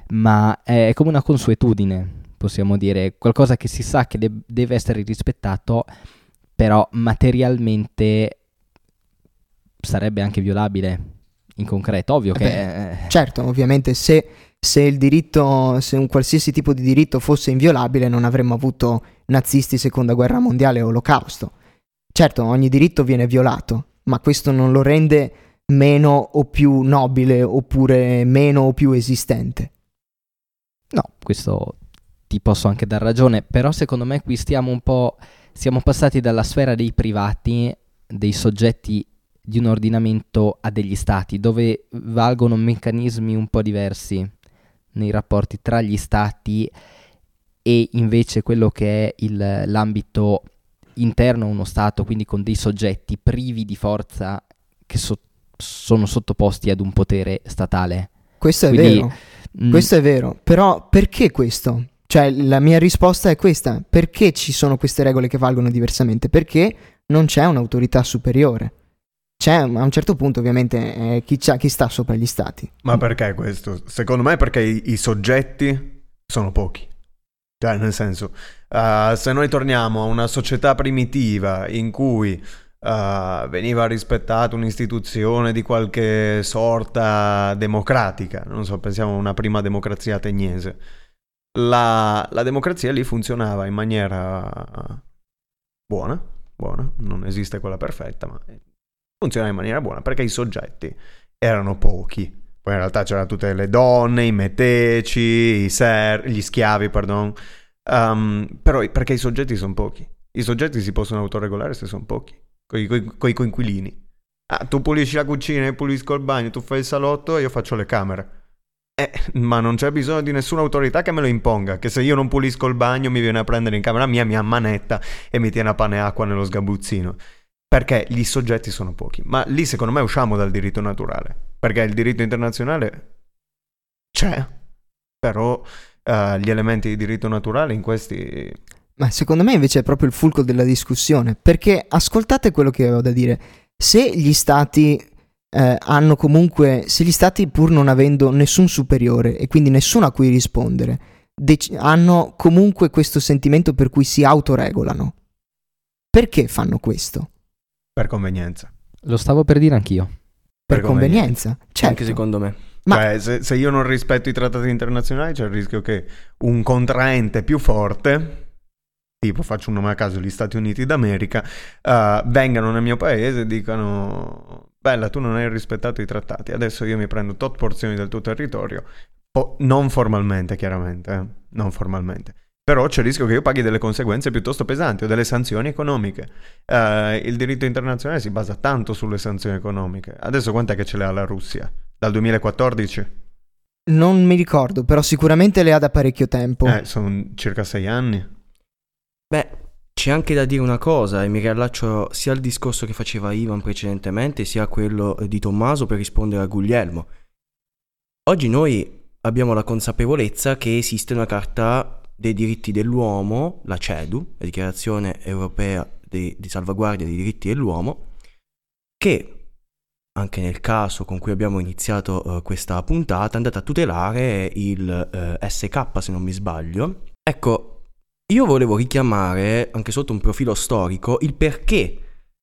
ma è come una consuetudine, possiamo dire. Qualcosa che si sa che deve essere rispettato, però materialmente sarebbe anche violabile. In concreto, ovvio che... Certo, ovviamente se un qualsiasi tipo di diritto fosse inviolabile non avremmo avuto nazisti, seconda guerra mondiale e olocausto. Certo, ogni diritto viene violato, ma questo non lo rende meno o più nobile, oppure meno o più esistente. No, questo ti posso anche dar ragione, però secondo me qui siamo passati dalla sfera dei privati, dei soggetti di un ordinamento, a degli stati, dove valgono meccanismi un po' diversi nei rapporti tra gli stati e invece quello che è l'ambito interno a uno stato, quindi con dei soggetti privi di forza che sono sottoposti ad un potere statale. Questo è vero, questo è vero, però perché questo? Cioè la mia risposta è questa: perché ci sono queste regole che valgono diversamente? Perché non c'è un'autorità superiore. C'è a un certo punto ovviamente chi sta sopra gli stati. Ma perché questo? Secondo me perché i soggetti sono pochi. Cioè nel senso, se noi torniamo a una società primitiva in cui veniva rispettata un'istituzione di qualche sorta democratica, non so, pensiamo a una prima democrazia ateniese, la democrazia lì funzionava in maniera buona, non esiste quella perfetta, ma funziona in maniera buona perché i soggetti erano pochi. Poi in realtà c'erano tutte le donne, i meteci, gli schiavi, però perché i soggetti sono pochi. I soggetti si possono autoregolare se sono pochi, coi coinquilini. Tu pulisci la cucina, io pulisco il bagno, tu fai il salotto e io faccio le camere. Ma non c'è bisogno di nessuna autorità che me lo imponga, che se io non pulisco il bagno mi viene a prendere in camera mia, mi ammanetta e mi tiene a pane e acqua nello sgabuzzino. Perché gli soggetti sono pochi. Ma lì secondo me usciamo dal diritto naturale, perché il diritto internazionale c'è, però gli elementi di diritto naturale in questi... Ma secondo me invece è proprio il fulcro della discussione, perché ascoltate quello che avevo da dire. Se gli stati hanno comunque, se gli stati pur non avendo nessun superiore e quindi nessuno a cui rispondere, hanno comunque questo sentimento per cui si autoregolano, perché fanno questo? Per convenienza. Lo stavo per dire anch'io. Per convenienza, certo. Anche secondo me. Ma Cioè, se io non rispetto i trattati internazionali c'è il rischio che un contraente più forte, tipo faccio un nome a caso gli Stati Uniti d'America, vengano nel mio paese e dicano: bella, tu non hai rispettato i trattati, adesso io mi prendo tot porzioni del tuo territorio, non formalmente chiaramente, non formalmente, però c'è il rischio che io paghi delle conseguenze piuttosto pesanti o delle sanzioni economiche. Il diritto internazionale si basa tanto sulle sanzioni economiche. Adesso quant'è che ce le ha la Russia? Dal 2014? non mi ricordo, però sicuramente le ha da parecchio tempo. Sono circa 6 anni. Beh, c'è anche da dire una cosa, e mi riallaccio sia al discorso che faceva Ivan precedentemente, sia a quello di Tommaso per rispondere a Guglielmo. Oggi noi abbiamo la consapevolezza che esiste una Carta dei diritti dell'uomo, la CEDU, la Dichiarazione Europea di Salvaguardia dei diritti dell'uomo, che anche nel caso con cui abbiamo iniziato questa puntata è andata a tutelare il SK, se non mi sbaglio. Ecco, io volevo richiamare, anche sotto un profilo storico, il perché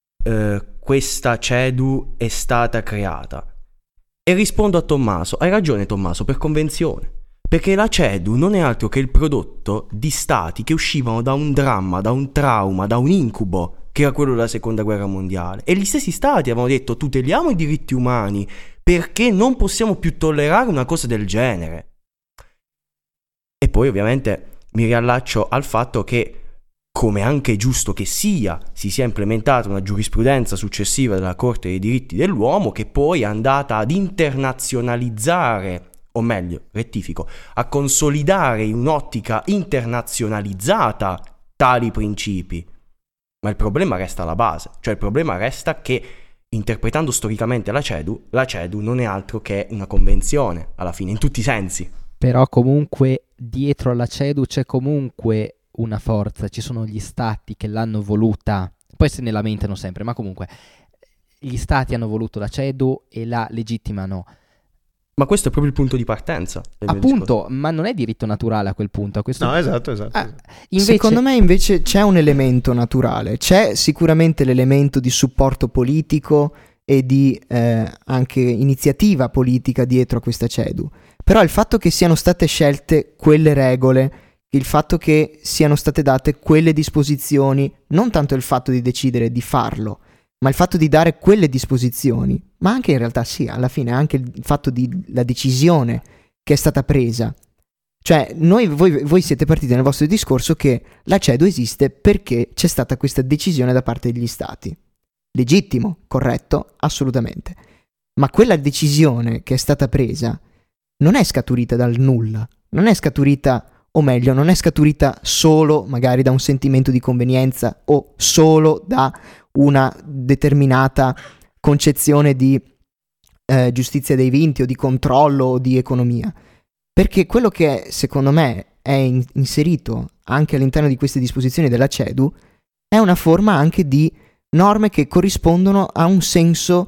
questa CEDU è stata creata. E rispondo a Tommaso: hai ragione Tommaso, per convenzione. Perché la CEDU non è altro che il prodotto di stati che uscivano da un dramma, da un trauma, da un incubo, che era quello della seconda guerra mondiale. E gli stessi stati avevano detto: tuteliamo i diritti umani perché non possiamo più tollerare una cosa del genere. E poi ovviamente mi riallaccio al fatto che, come anche è giusto che sia, si sia implementata una giurisprudenza successiva della Corte dei diritti dell'uomo che poi è andata ad internazionalizzare, o meglio, rettifico, a consolidare in un'ottica internazionalizzata tali principi. Ma il problema resta alla base, cioè il problema resta che, interpretando storicamente la CEDU non è altro che una convenzione, alla fine, in tutti i sensi. Però comunque dietro alla CEDU c'è comunque una forza, ci sono gli stati che l'hanno voluta, poi se ne lamentano sempre, ma comunque gli stati hanno voluto la CEDU e la legittimano. Ma questo è proprio il punto di partenza del mio Appunto, discorso. ma non è diritto naturale a quel punto. A questo No, esatto. invece, Secondo me invece c'è un elemento naturale, c'è sicuramente l'elemento di supporto politico e di anche iniziativa politica dietro a questa CEDU, però il fatto che siano state scelte quelle regole, il fatto che siano state date quelle disposizioni, non tanto il fatto di decidere di farlo, ma il fatto di dare quelle disposizioni, ma anche in realtà sì, alla fine anche il fatto di la decisione che è stata presa. Cioè, voi siete partiti nel vostro discorso che la CEDU esiste perché c'è stata questa decisione da parte degli stati. Legittimo, corretto, assolutamente. Ma quella decisione che è stata presa non è scaturita dal nulla, non è scaturita, o meglio, non è scaturita solo magari da un sentimento di convenienza o solo da una determinata concezione di giustizia dei vinti o di controllo o di economia. Perché quello che secondo me è inserito anche all'interno di queste disposizioni della CEDU è una forma anche di norme che corrispondono a un senso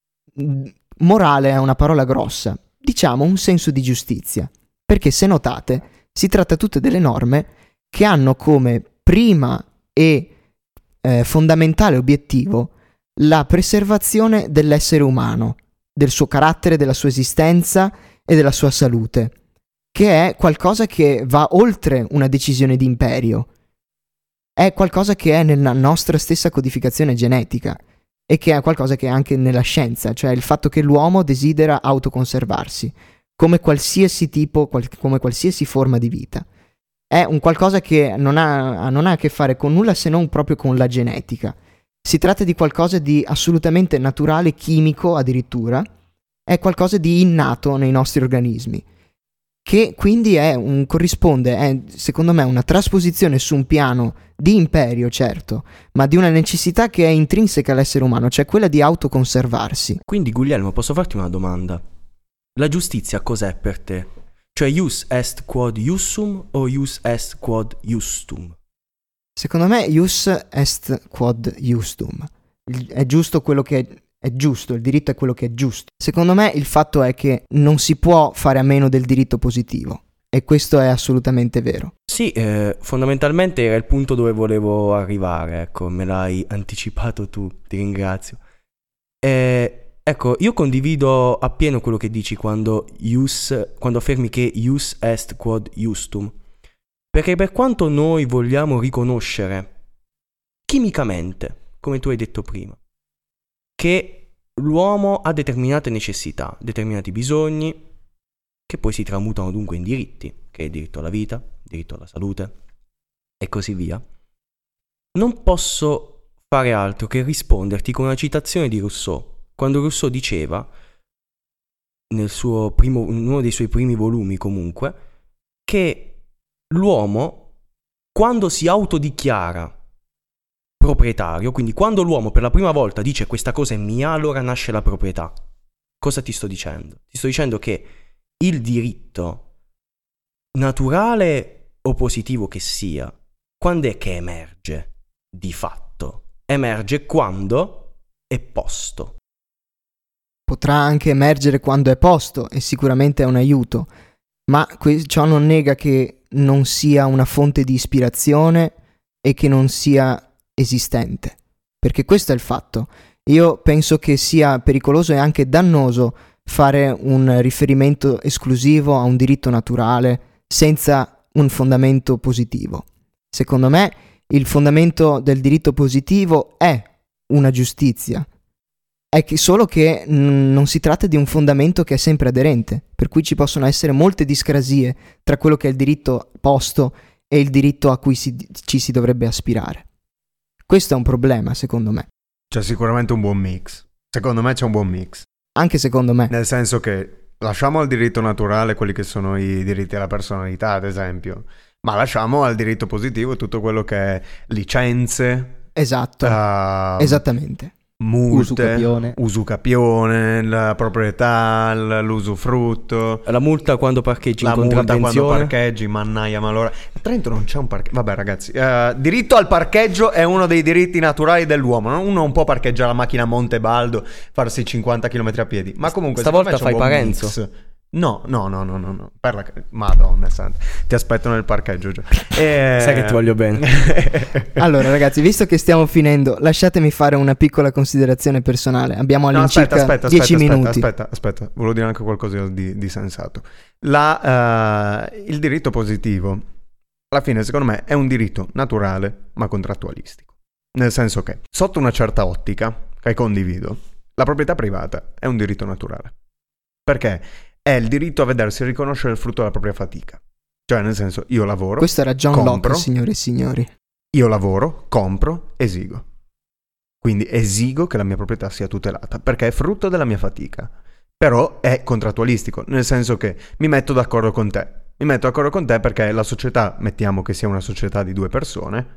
morale, è una parola grossa, diciamo un senso di giustizia. Perché se notate si tratta tutte delle norme che hanno come prima e fondamentale obiettivo la preservazione dell'essere umano, del suo carattere, della sua esistenza e della sua salute, che è qualcosa che va oltre una decisione di imperio, è qualcosa che è nella nostra stessa codificazione genetica e che è qualcosa che è anche nella scienza, cioè il fatto che l'uomo desidera autoconservarsi come qualsiasi tipo, come qualsiasi forma di vita. È un qualcosa che non ha a che fare con nulla se non proprio con la genetica. Si tratta di qualcosa di assolutamente naturale, chimico addirittura, è qualcosa di innato nei nostri organismi, che quindi corrisponde, è secondo me una trasposizione su un piano di imperio, certo, ma di una necessità che è intrinseca all'essere umano, cioè quella di autoconservarsi. Quindi Guglielmo, posso farti una domanda? La giustizia cos'è per te? Cioè ius est quod iussum o ius est quod iustum? Secondo me ius est quod iustum. È giusto quello che è giusto, il diritto è quello che è giusto. Secondo me il fatto è che non si può fare a meno del diritto positivo, e questo è assolutamente vero. Sì, fondamentalmente era il punto dove volevo arrivare, ecco, me l'hai anticipato tu, ti ringrazio. Ecco, io condivido appieno quello che dici quando affermi che ius est quod iustum, perché per quanto noi vogliamo riconoscere chimicamente, come tu hai detto prima, che l'uomo ha determinate necessità, determinati bisogni, che poi si tramutano dunque in diritti, che è il diritto alla vita, il diritto alla salute e così via, non posso fare altro che risponderti con una citazione di Rousseau, quando Rousseau diceva, in uno dei suoi primi volumi comunque, che l'uomo, quando si autodichiara proprietario, quindi quando l'uomo per la prima volta dice questa cosa è mia, allora nasce la proprietà. Cosa ti sto dicendo? Ti sto dicendo che il diritto, naturale o positivo che sia, quando è che emerge di fatto? Emerge quando è posto. Potrà anche emergere quando è posto, e sicuramente è un aiuto, ma ciò non nega che non sia una fonte di ispirazione e che non sia esistente, perché questo è il fatto. Io penso che sia pericoloso e anche dannoso fare un riferimento esclusivo a un diritto naturale senza un fondamento positivo. Secondo me il fondamento del diritto positivo è una giustizia, è solo che non si tratta di un fondamento che è sempre aderente, per cui ci possono essere molte discrasie tra quello che è il diritto posto e il diritto a cui ci si dovrebbe aspirare. Questo è un problema, secondo me. C'è sicuramente un buon mix. Secondo me c'è un buon mix. Anche secondo me. Nel senso che lasciamo al diritto naturale quelli che sono i diritti alla personalità, ad esempio, ma lasciamo al diritto positivo tutto quello che è licenze. Esatto, esattamente. Multe, usucapione, la proprietà, l'usufrutto, la multa quando parcheggi in contravvenzione. La multa quando parcheggi, mannaia, ma allora a Trento non c'è un parcheggio. Vabbè ragazzi, diritto al parcheggio è uno dei diritti naturali dell'uomo, no? Uno non può parcheggiare la macchina a Montebaldo, farsi 50 km a piedi, ma comunque stavolta fai Parenzo. No. Madonna santa. Ti aspetto nel parcheggio già. Sai che ti voglio bene. Allora ragazzi, visto che stiamo finendo, lasciatemi fare una piccola considerazione personale. Abbiamo all'incirca 10 minuti. Aspetta, volevo dire anche qualcosa di sensato. Il diritto positivo, alla fine secondo me è un diritto naturale ma contrattualistico. Nel senso che, sotto una certa ottica, che condivido, la proprietà privata è un diritto naturale. Perché è il diritto a vedersi riconoscere il frutto della propria fatica. Cioè, nel senso, io lavoro, questo era John compro, Locke, signore e signori. Io lavoro, compro, esigo. Quindi esigo che la mia proprietà sia tutelata, perché è frutto della mia fatica. Però è contrattualistico, nel senso che mi metto d'accordo con te. Mi metto d'accordo con te perché la società, mettiamo che sia una società di due persone,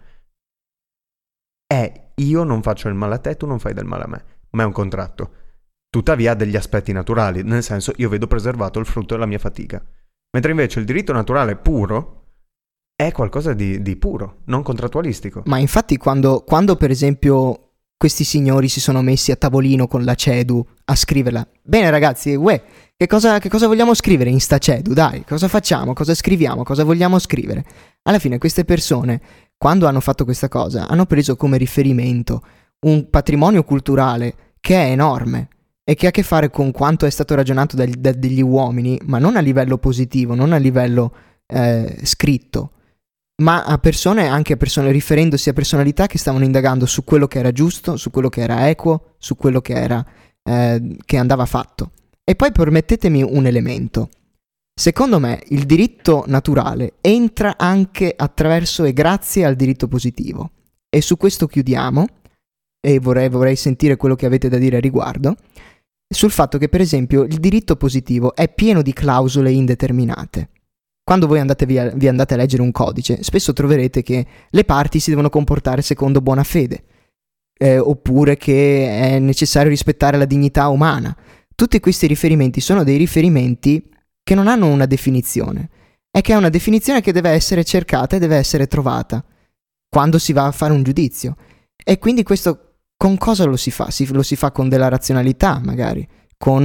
io non faccio il male a te, tu non fai del male a me, ma è un contratto. Tuttavia ha degli aspetti naturali, nel senso io vedo preservato il frutto della mia fatica. Mentre invece il diritto naturale puro è qualcosa di puro, non contrattualistico. Ma infatti quando per esempio questi signori si sono messi a tavolino con la CEDU a scriverla, bene ragazzi, che cosa vogliamo scrivere in sta CEDU? Dai, cosa facciamo? Cosa scriviamo? Cosa vogliamo scrivere? Alla fine queste persone, quando hanno fatto questa cosa, hanno preso come riferimento un patrimonio culturale che è enorme e che ha a che fare con quanto è stato ragionato dagli uomini, ma non a livello positivo, non a livello scritto, ma anche a persone riferendosi a personalità che stavano indagando su quello che era giusto, su quello che era equo, su quello che era che andava fatto. E poi permettetemi un elemento. Secondo me il diritto naturale entra anche attraverso e grazie al diritto positivo. E su questo chiudiamo, e vorrei sentire quello che avete da dire a riguardo, sul fatto che per esempio il diritto positivo è pieno di clausole indeterminate. Quando voi vi andate a leggere un codice, spesso troverete che le parti si devono comportare secondo buona fede, oppure che è necessario rispettare la dignità umana. Tutti questi riferimenti sono dei riferimenti che non hanno una definizione, è che è una definizione che deve essere cercata e deve essere trovata quando si va a fare un giudizio. E quindi questo con cosa lo si fa? Lo si fa con della razionalità, magari, con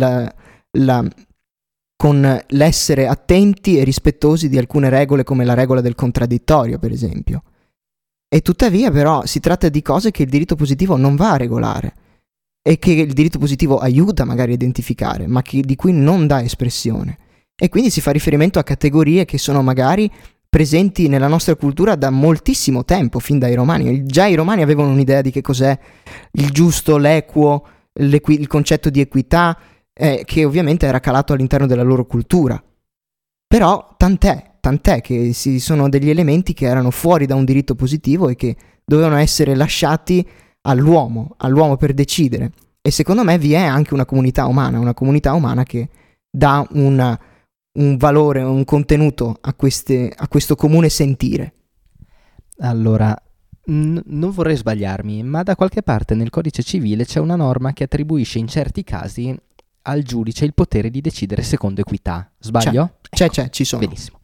con l'essere attenti e rispettosi di alcune regole, come la regola del contraddittorio, per esempio. E tuttavia, però, si tratta di cose che il diritto positivo non va a regolare e che il diritto positivo aiuta magari a identificare, ma di cui non dà espressione. E quindi si fa riferimento a categorie che sono magari presenti nella nostra cultura da moltissimo tempo, fin dai Romani. Già i Romani avevano un'idea di che cos'è il giusto, l'equo, il concetto di equità, che ovviamente era calato all'interno della loro cultura. Però tant'è che ci sono degli elementi che erano fuori da un diritto positivo e che dovevano essere lasciati all'uomo per decidere. E secondo me vi è anche una comunità umana che dà un valore, un contenuto a questo comune sentire. Allora, non vorrei sbagliarmi, ma da qualche parte nel codice civile c'è una norma che attribuisce in certi casi al giudice il potere di decidere secondo equità. Sbaglio? C'è, ci sono. Benissimo.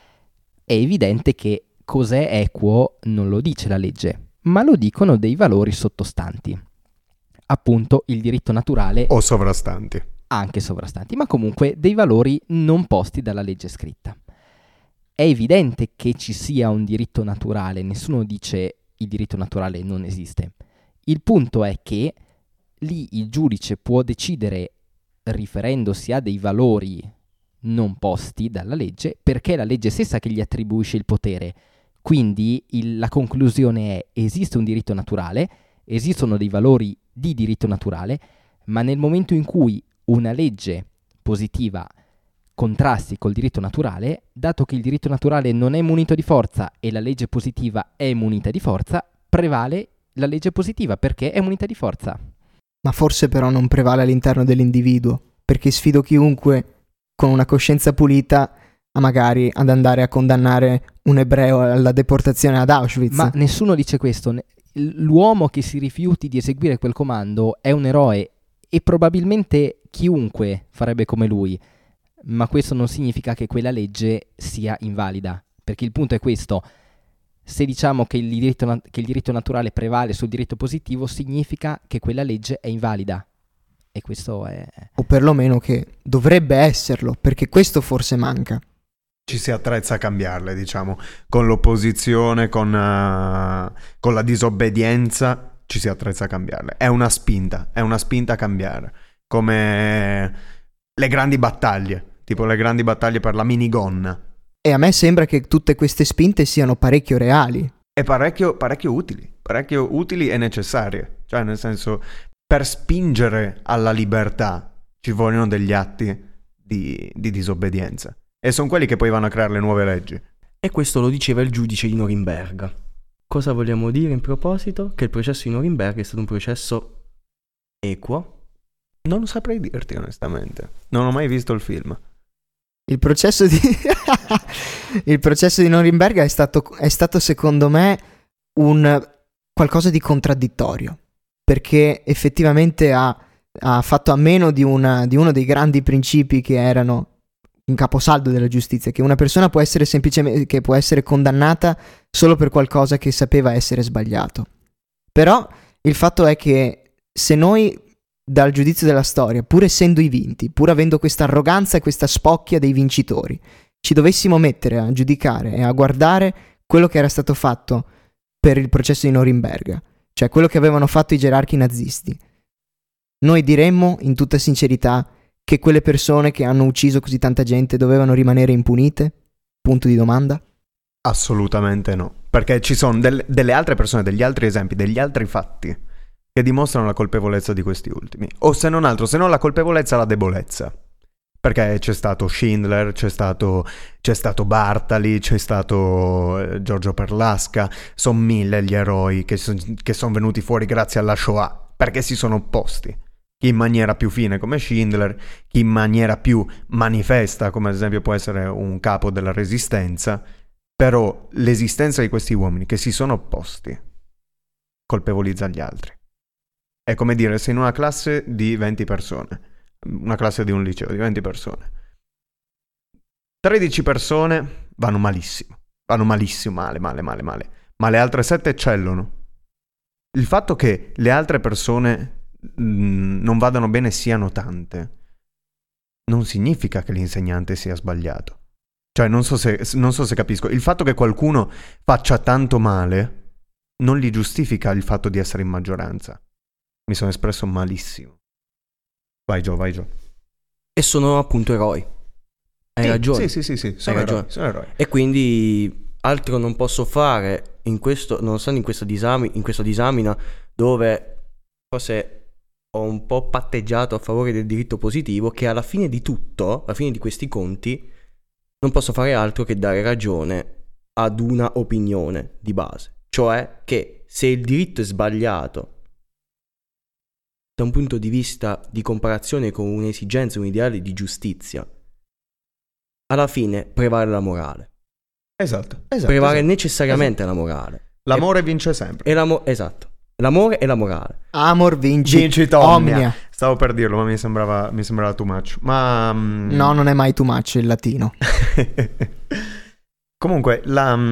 È evidente che cos'è equo non lo dice la legge, ma lo dicono dei valori sottostanti. Appunto il diritto naturale O sovrastanti. anche sovrastanti, ma comunque dei valori non posti dalla legge scritta. È evidente che ci sia un diritto naturale, nessuno dice il diritto naturale non esiste. Il punto è che lì il giudice può decidere riferendosi a dei valori non posti dalla legge, perché è la legge stessa che gli attribuisce il potere. Quindi la conclusione è: esiste un diritto naturale, esistono dei valori di diritto naturale, ma nel momento in cui una legge positiva contrasti col diritto naturale, dato che il diritto naturale non è munito di forza e la legge positiva è munita di forza, prevale la legge positiva perché è munita di forza. Ma forse però non prevale all'interno dell'individuo, perché sfido chiunque con una coscienza pulita a magari ad andare a condannare un ebreo alla deportazione ad Auschwitz. Ma nessuno dice questo. L'uomo che si rifiuti di eseguire quel comando è un eroe e probabilmente chiunque farebbe come lui, ma questo non significa che quella legge sia invalida, perché il punto è questo: se diciamo che il diritto naturale prevale sul diritto positivo, significa che quella legge è invalida, e questo è... O perlomeno che dovrebbe esserlo, perché questo forse manca. Ci si attrezza a cambiarle, diciamo, con l'opposizione, con la disobbedienza, ci si attrezza a cambiarle. È una spinta a cambiare, come le grandi battaglie, tipo le grandi battaglie per la minigonna. E a me sembra che tutte queste spinte siano parecchio reali. E parecchio utili e necessarie. Cioè, nel senso, per spingere alla libertà ci vogliono degli atti di disobbedienza. E sono quelli che poi vanno a creare le nuove leggi. E questo lo diceva il giudice di Norimberga. Cosa vogliamo dire in proposito? Che il processo di Norimberga è stato un processo equo? Non lo saprei dirti onestamente. Non ho mai visto il film. Il processo di Norimberga è stato secondo me un qualcosa di contraddittorio, perché effettivamente ha fatto a meno di uno dei grandi principi che erano un caposaldo della giustizia, che una persona può essere semplicemente, che può essere condannata solo per qualcosa che sapeva essere sbagliato. Però il fatto è che se noi dal giudizio della storia, pur essendo i vinti, pur avendo questa arroganza e questa spocchia dei vincitori, ci dovessimo mettere a giudicare e a guardare quello che era stato fatto per il processo di Norimberga, cioè quello che avevano fatto i gerarchi nazisti, noi diremmo in tutta sincerità che quelle persone che hanno ucciso così tanta gente dovevano rimanere impunite? Punto di domanda? Assolutamente no, perché ci sono delle altre persone, degli altri esempi, degli altri fatti che dimostrano la colpevolezza di questi ultimi, o se non altro, se non la colpevolezza, la debolezza, perché c'è stato Schindler, c'è stato Bartali, c'è stato Giorgio Perlasca, sono 1000 gli eroi che sono venuti fuori grazie alla Shoah, perché si sono opposti, chi in maniera più fine come Schindler, chi in maniera più manifesta come ad esempio può essere un capo della resistenza, però l'esistenza di questi uomini che si sono opposti colpevolizza gli altri. È come dire, se in una classe di 20 persone, una classe di un liceo di 20 persone, 13 persone vanno malissimo, male, ma le altre 7 eccellono. Il fatto che le altre persone non vadano bene siano tante non significa che l'insegnante sia sbagliato. Cioè, non so se capisco. Il fatto che qualcuno faccia tanto male non gli giustifica il fatto di essere in maggioranza. Mi sono espresso malissimo. Vai Gio. E sono appunto eroi. Hai ragione. Sì, sono eroi. E quindi altro non posso fare nonostante in questo disamina dove forse ho un po' patteggiato a favore del diritto positivo, che alla fine di tutto, alla fine di questi conti, non posso fare altro che dare ragione ad una opinione di base, cioè che se il diritto è sbagliato da un punto di vista di comparazione con un'esigenza, un ideale di giustizia, alla fine prevale la morale. Esatto. Prevale necessariamente la morale. L'amore vince sempre. Esatto. L'amore e la morale. Amor Vincit omnia. omnia. Stavo per dirlo, ma mi sembrava too much. Ma no, non è mai too much il latino. Comunque,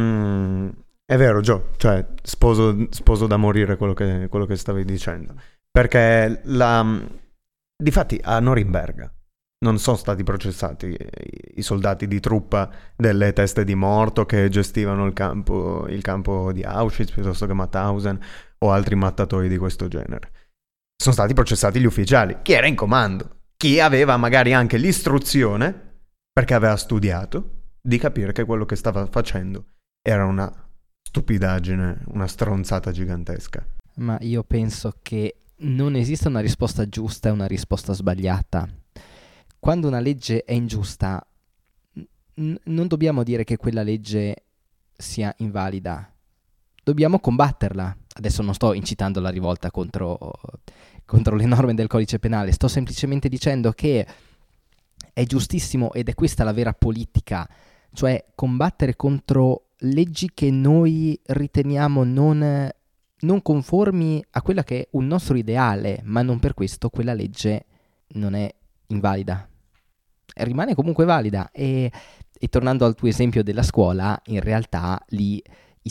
è vero, Gio, cioè sposo da morire quello che stavi dicendo. Perché difatti a Norimberga non sono stati processati i soldati di truppa delle teste di morto che gestivano il campo di Auschwitz piuttosto che Mauthausen o altri mattatori di questo genere. Sono stati processati gli ufficiali, chi era in comando, chi aveva magari anche l'istruzione, perché aveva studiato, di capire che quello che stava facendo era una stupidaggine, una stronzata gigantesca. Ma io penso che non esiste una risposta giusta e una risposta sbagliata. Quando una legge è ingiusta, non dobbiamo dire che quella legge sia invalida. Dobbiamo combatterla. Adesso non sto incitando la rivolta contro le norme del codice penale, sto semplicemente dicendo che è giustissimo, ed è questa la vera politica, cioè combattere contro leggi che noi riteniamo non conformi a quella che è un nostro ideale, ma non per questo quella legge non è invalida. Rimane comunque valida. E tornando al tuo esempio della scuola, in realtà lì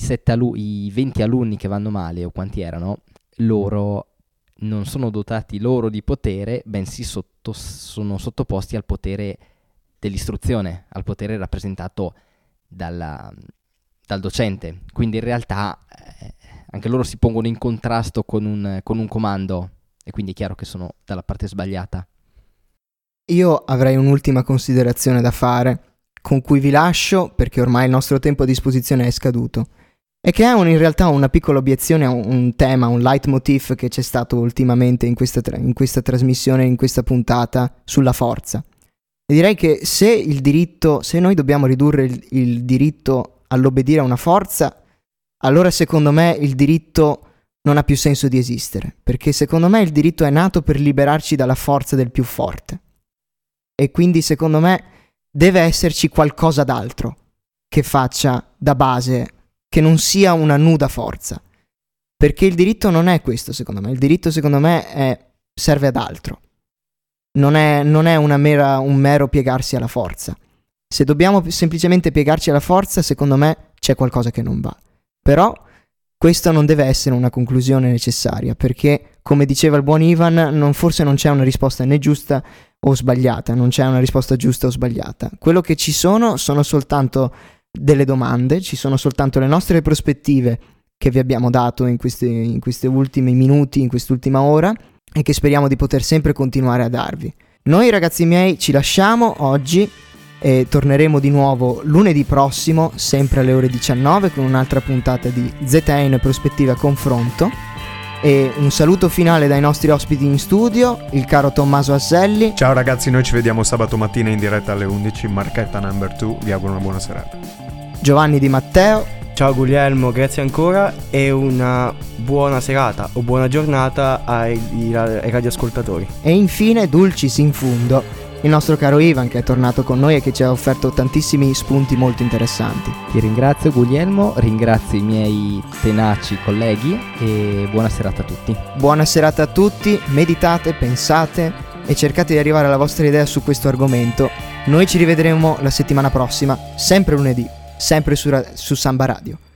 i 20 alunni che vanno male, o quanti erano, loro non sono dotati loro di potere, bensì sono sottoposti al potere dell'istruzione, al potere rappresentato dal docente. Quindi in realtà anche loro si pongono in contrasto con un comando, e quindi è chiaro che sono dalla parte sbagliata. Io avrei un'ultima considerazione da fare, con cui vi lascio perché ormai il nostro tempo a disposizione è scaduto, e che è in realtà una piccola obiezione a un tema, un leitmotiv che c'è stato ultimamente in questa trasmissione, in questa puntata sulla forza. E direi che se noi dobbiamo ridurre il diritto all'obbedire a una forza, allora secondo me il diritto non ha più senso di esistere, perché secondo me il diritto è nato per liberarci dalla forza del più forte. E quindi secondo me deve esserci qualcosa d'altro che faccia da base, che non sia una nuda forza. Perché il diritto non è questo, secondo me. Il diritto, secondo me, serve ad altro. Non è un mero piegarsi alla forza. Se dobbiamo semplicemente piegarci alla forza, secondo me c'è qualcosa che non va. Però questo non deve essere una conclusione necessaria, perché, come diceva il buon Ivan, forse non c'è una risposta né giusta o sbagliata, non c'è una risposta giusta o sbagliata. Quello che ci sono soltanto delle domande, ci sono soltanto le nostre prospettive che vi abbiamo dato in questi ultimi minuti, in quest'ultima ora, e che speriamo di poter sempre continuare a darvi. Noi, ragazzi miei, ci lasciamo oggi e torneremo di nuovo lunedì prossimo, sempre alle ore 19, con un'altra puntata di ZN Prospettiva Confronto. E un saluto finale dai nostri ospiti in studio, il caro Tommaso Asselli. Ciao ragazzi, noi ci vediamo sabato mattina in diretta alle 11, marchetta number 2, vi auguro una buona serata. Giovanni Di Matteo. Ciao Guglielmo, grazie ancora e una buona serata o buona giornata ai radioascoltatori. E infine, dulcis in fundo, il nostro caro Ivan, che è tornato con noi e che ci ha offerto tantissimi spunti molto interessanti. Ti ringrazio Guglielmo, ringrazio i miei tenaci colleghi e buona serata a tutti. Buona serata a tutti, meditate, pensate e cercate di arrivare alla vostra idea su questo argomento Noi ci rivedremo la settimana prossima, sempre lunedì, sempre su Samba Radio.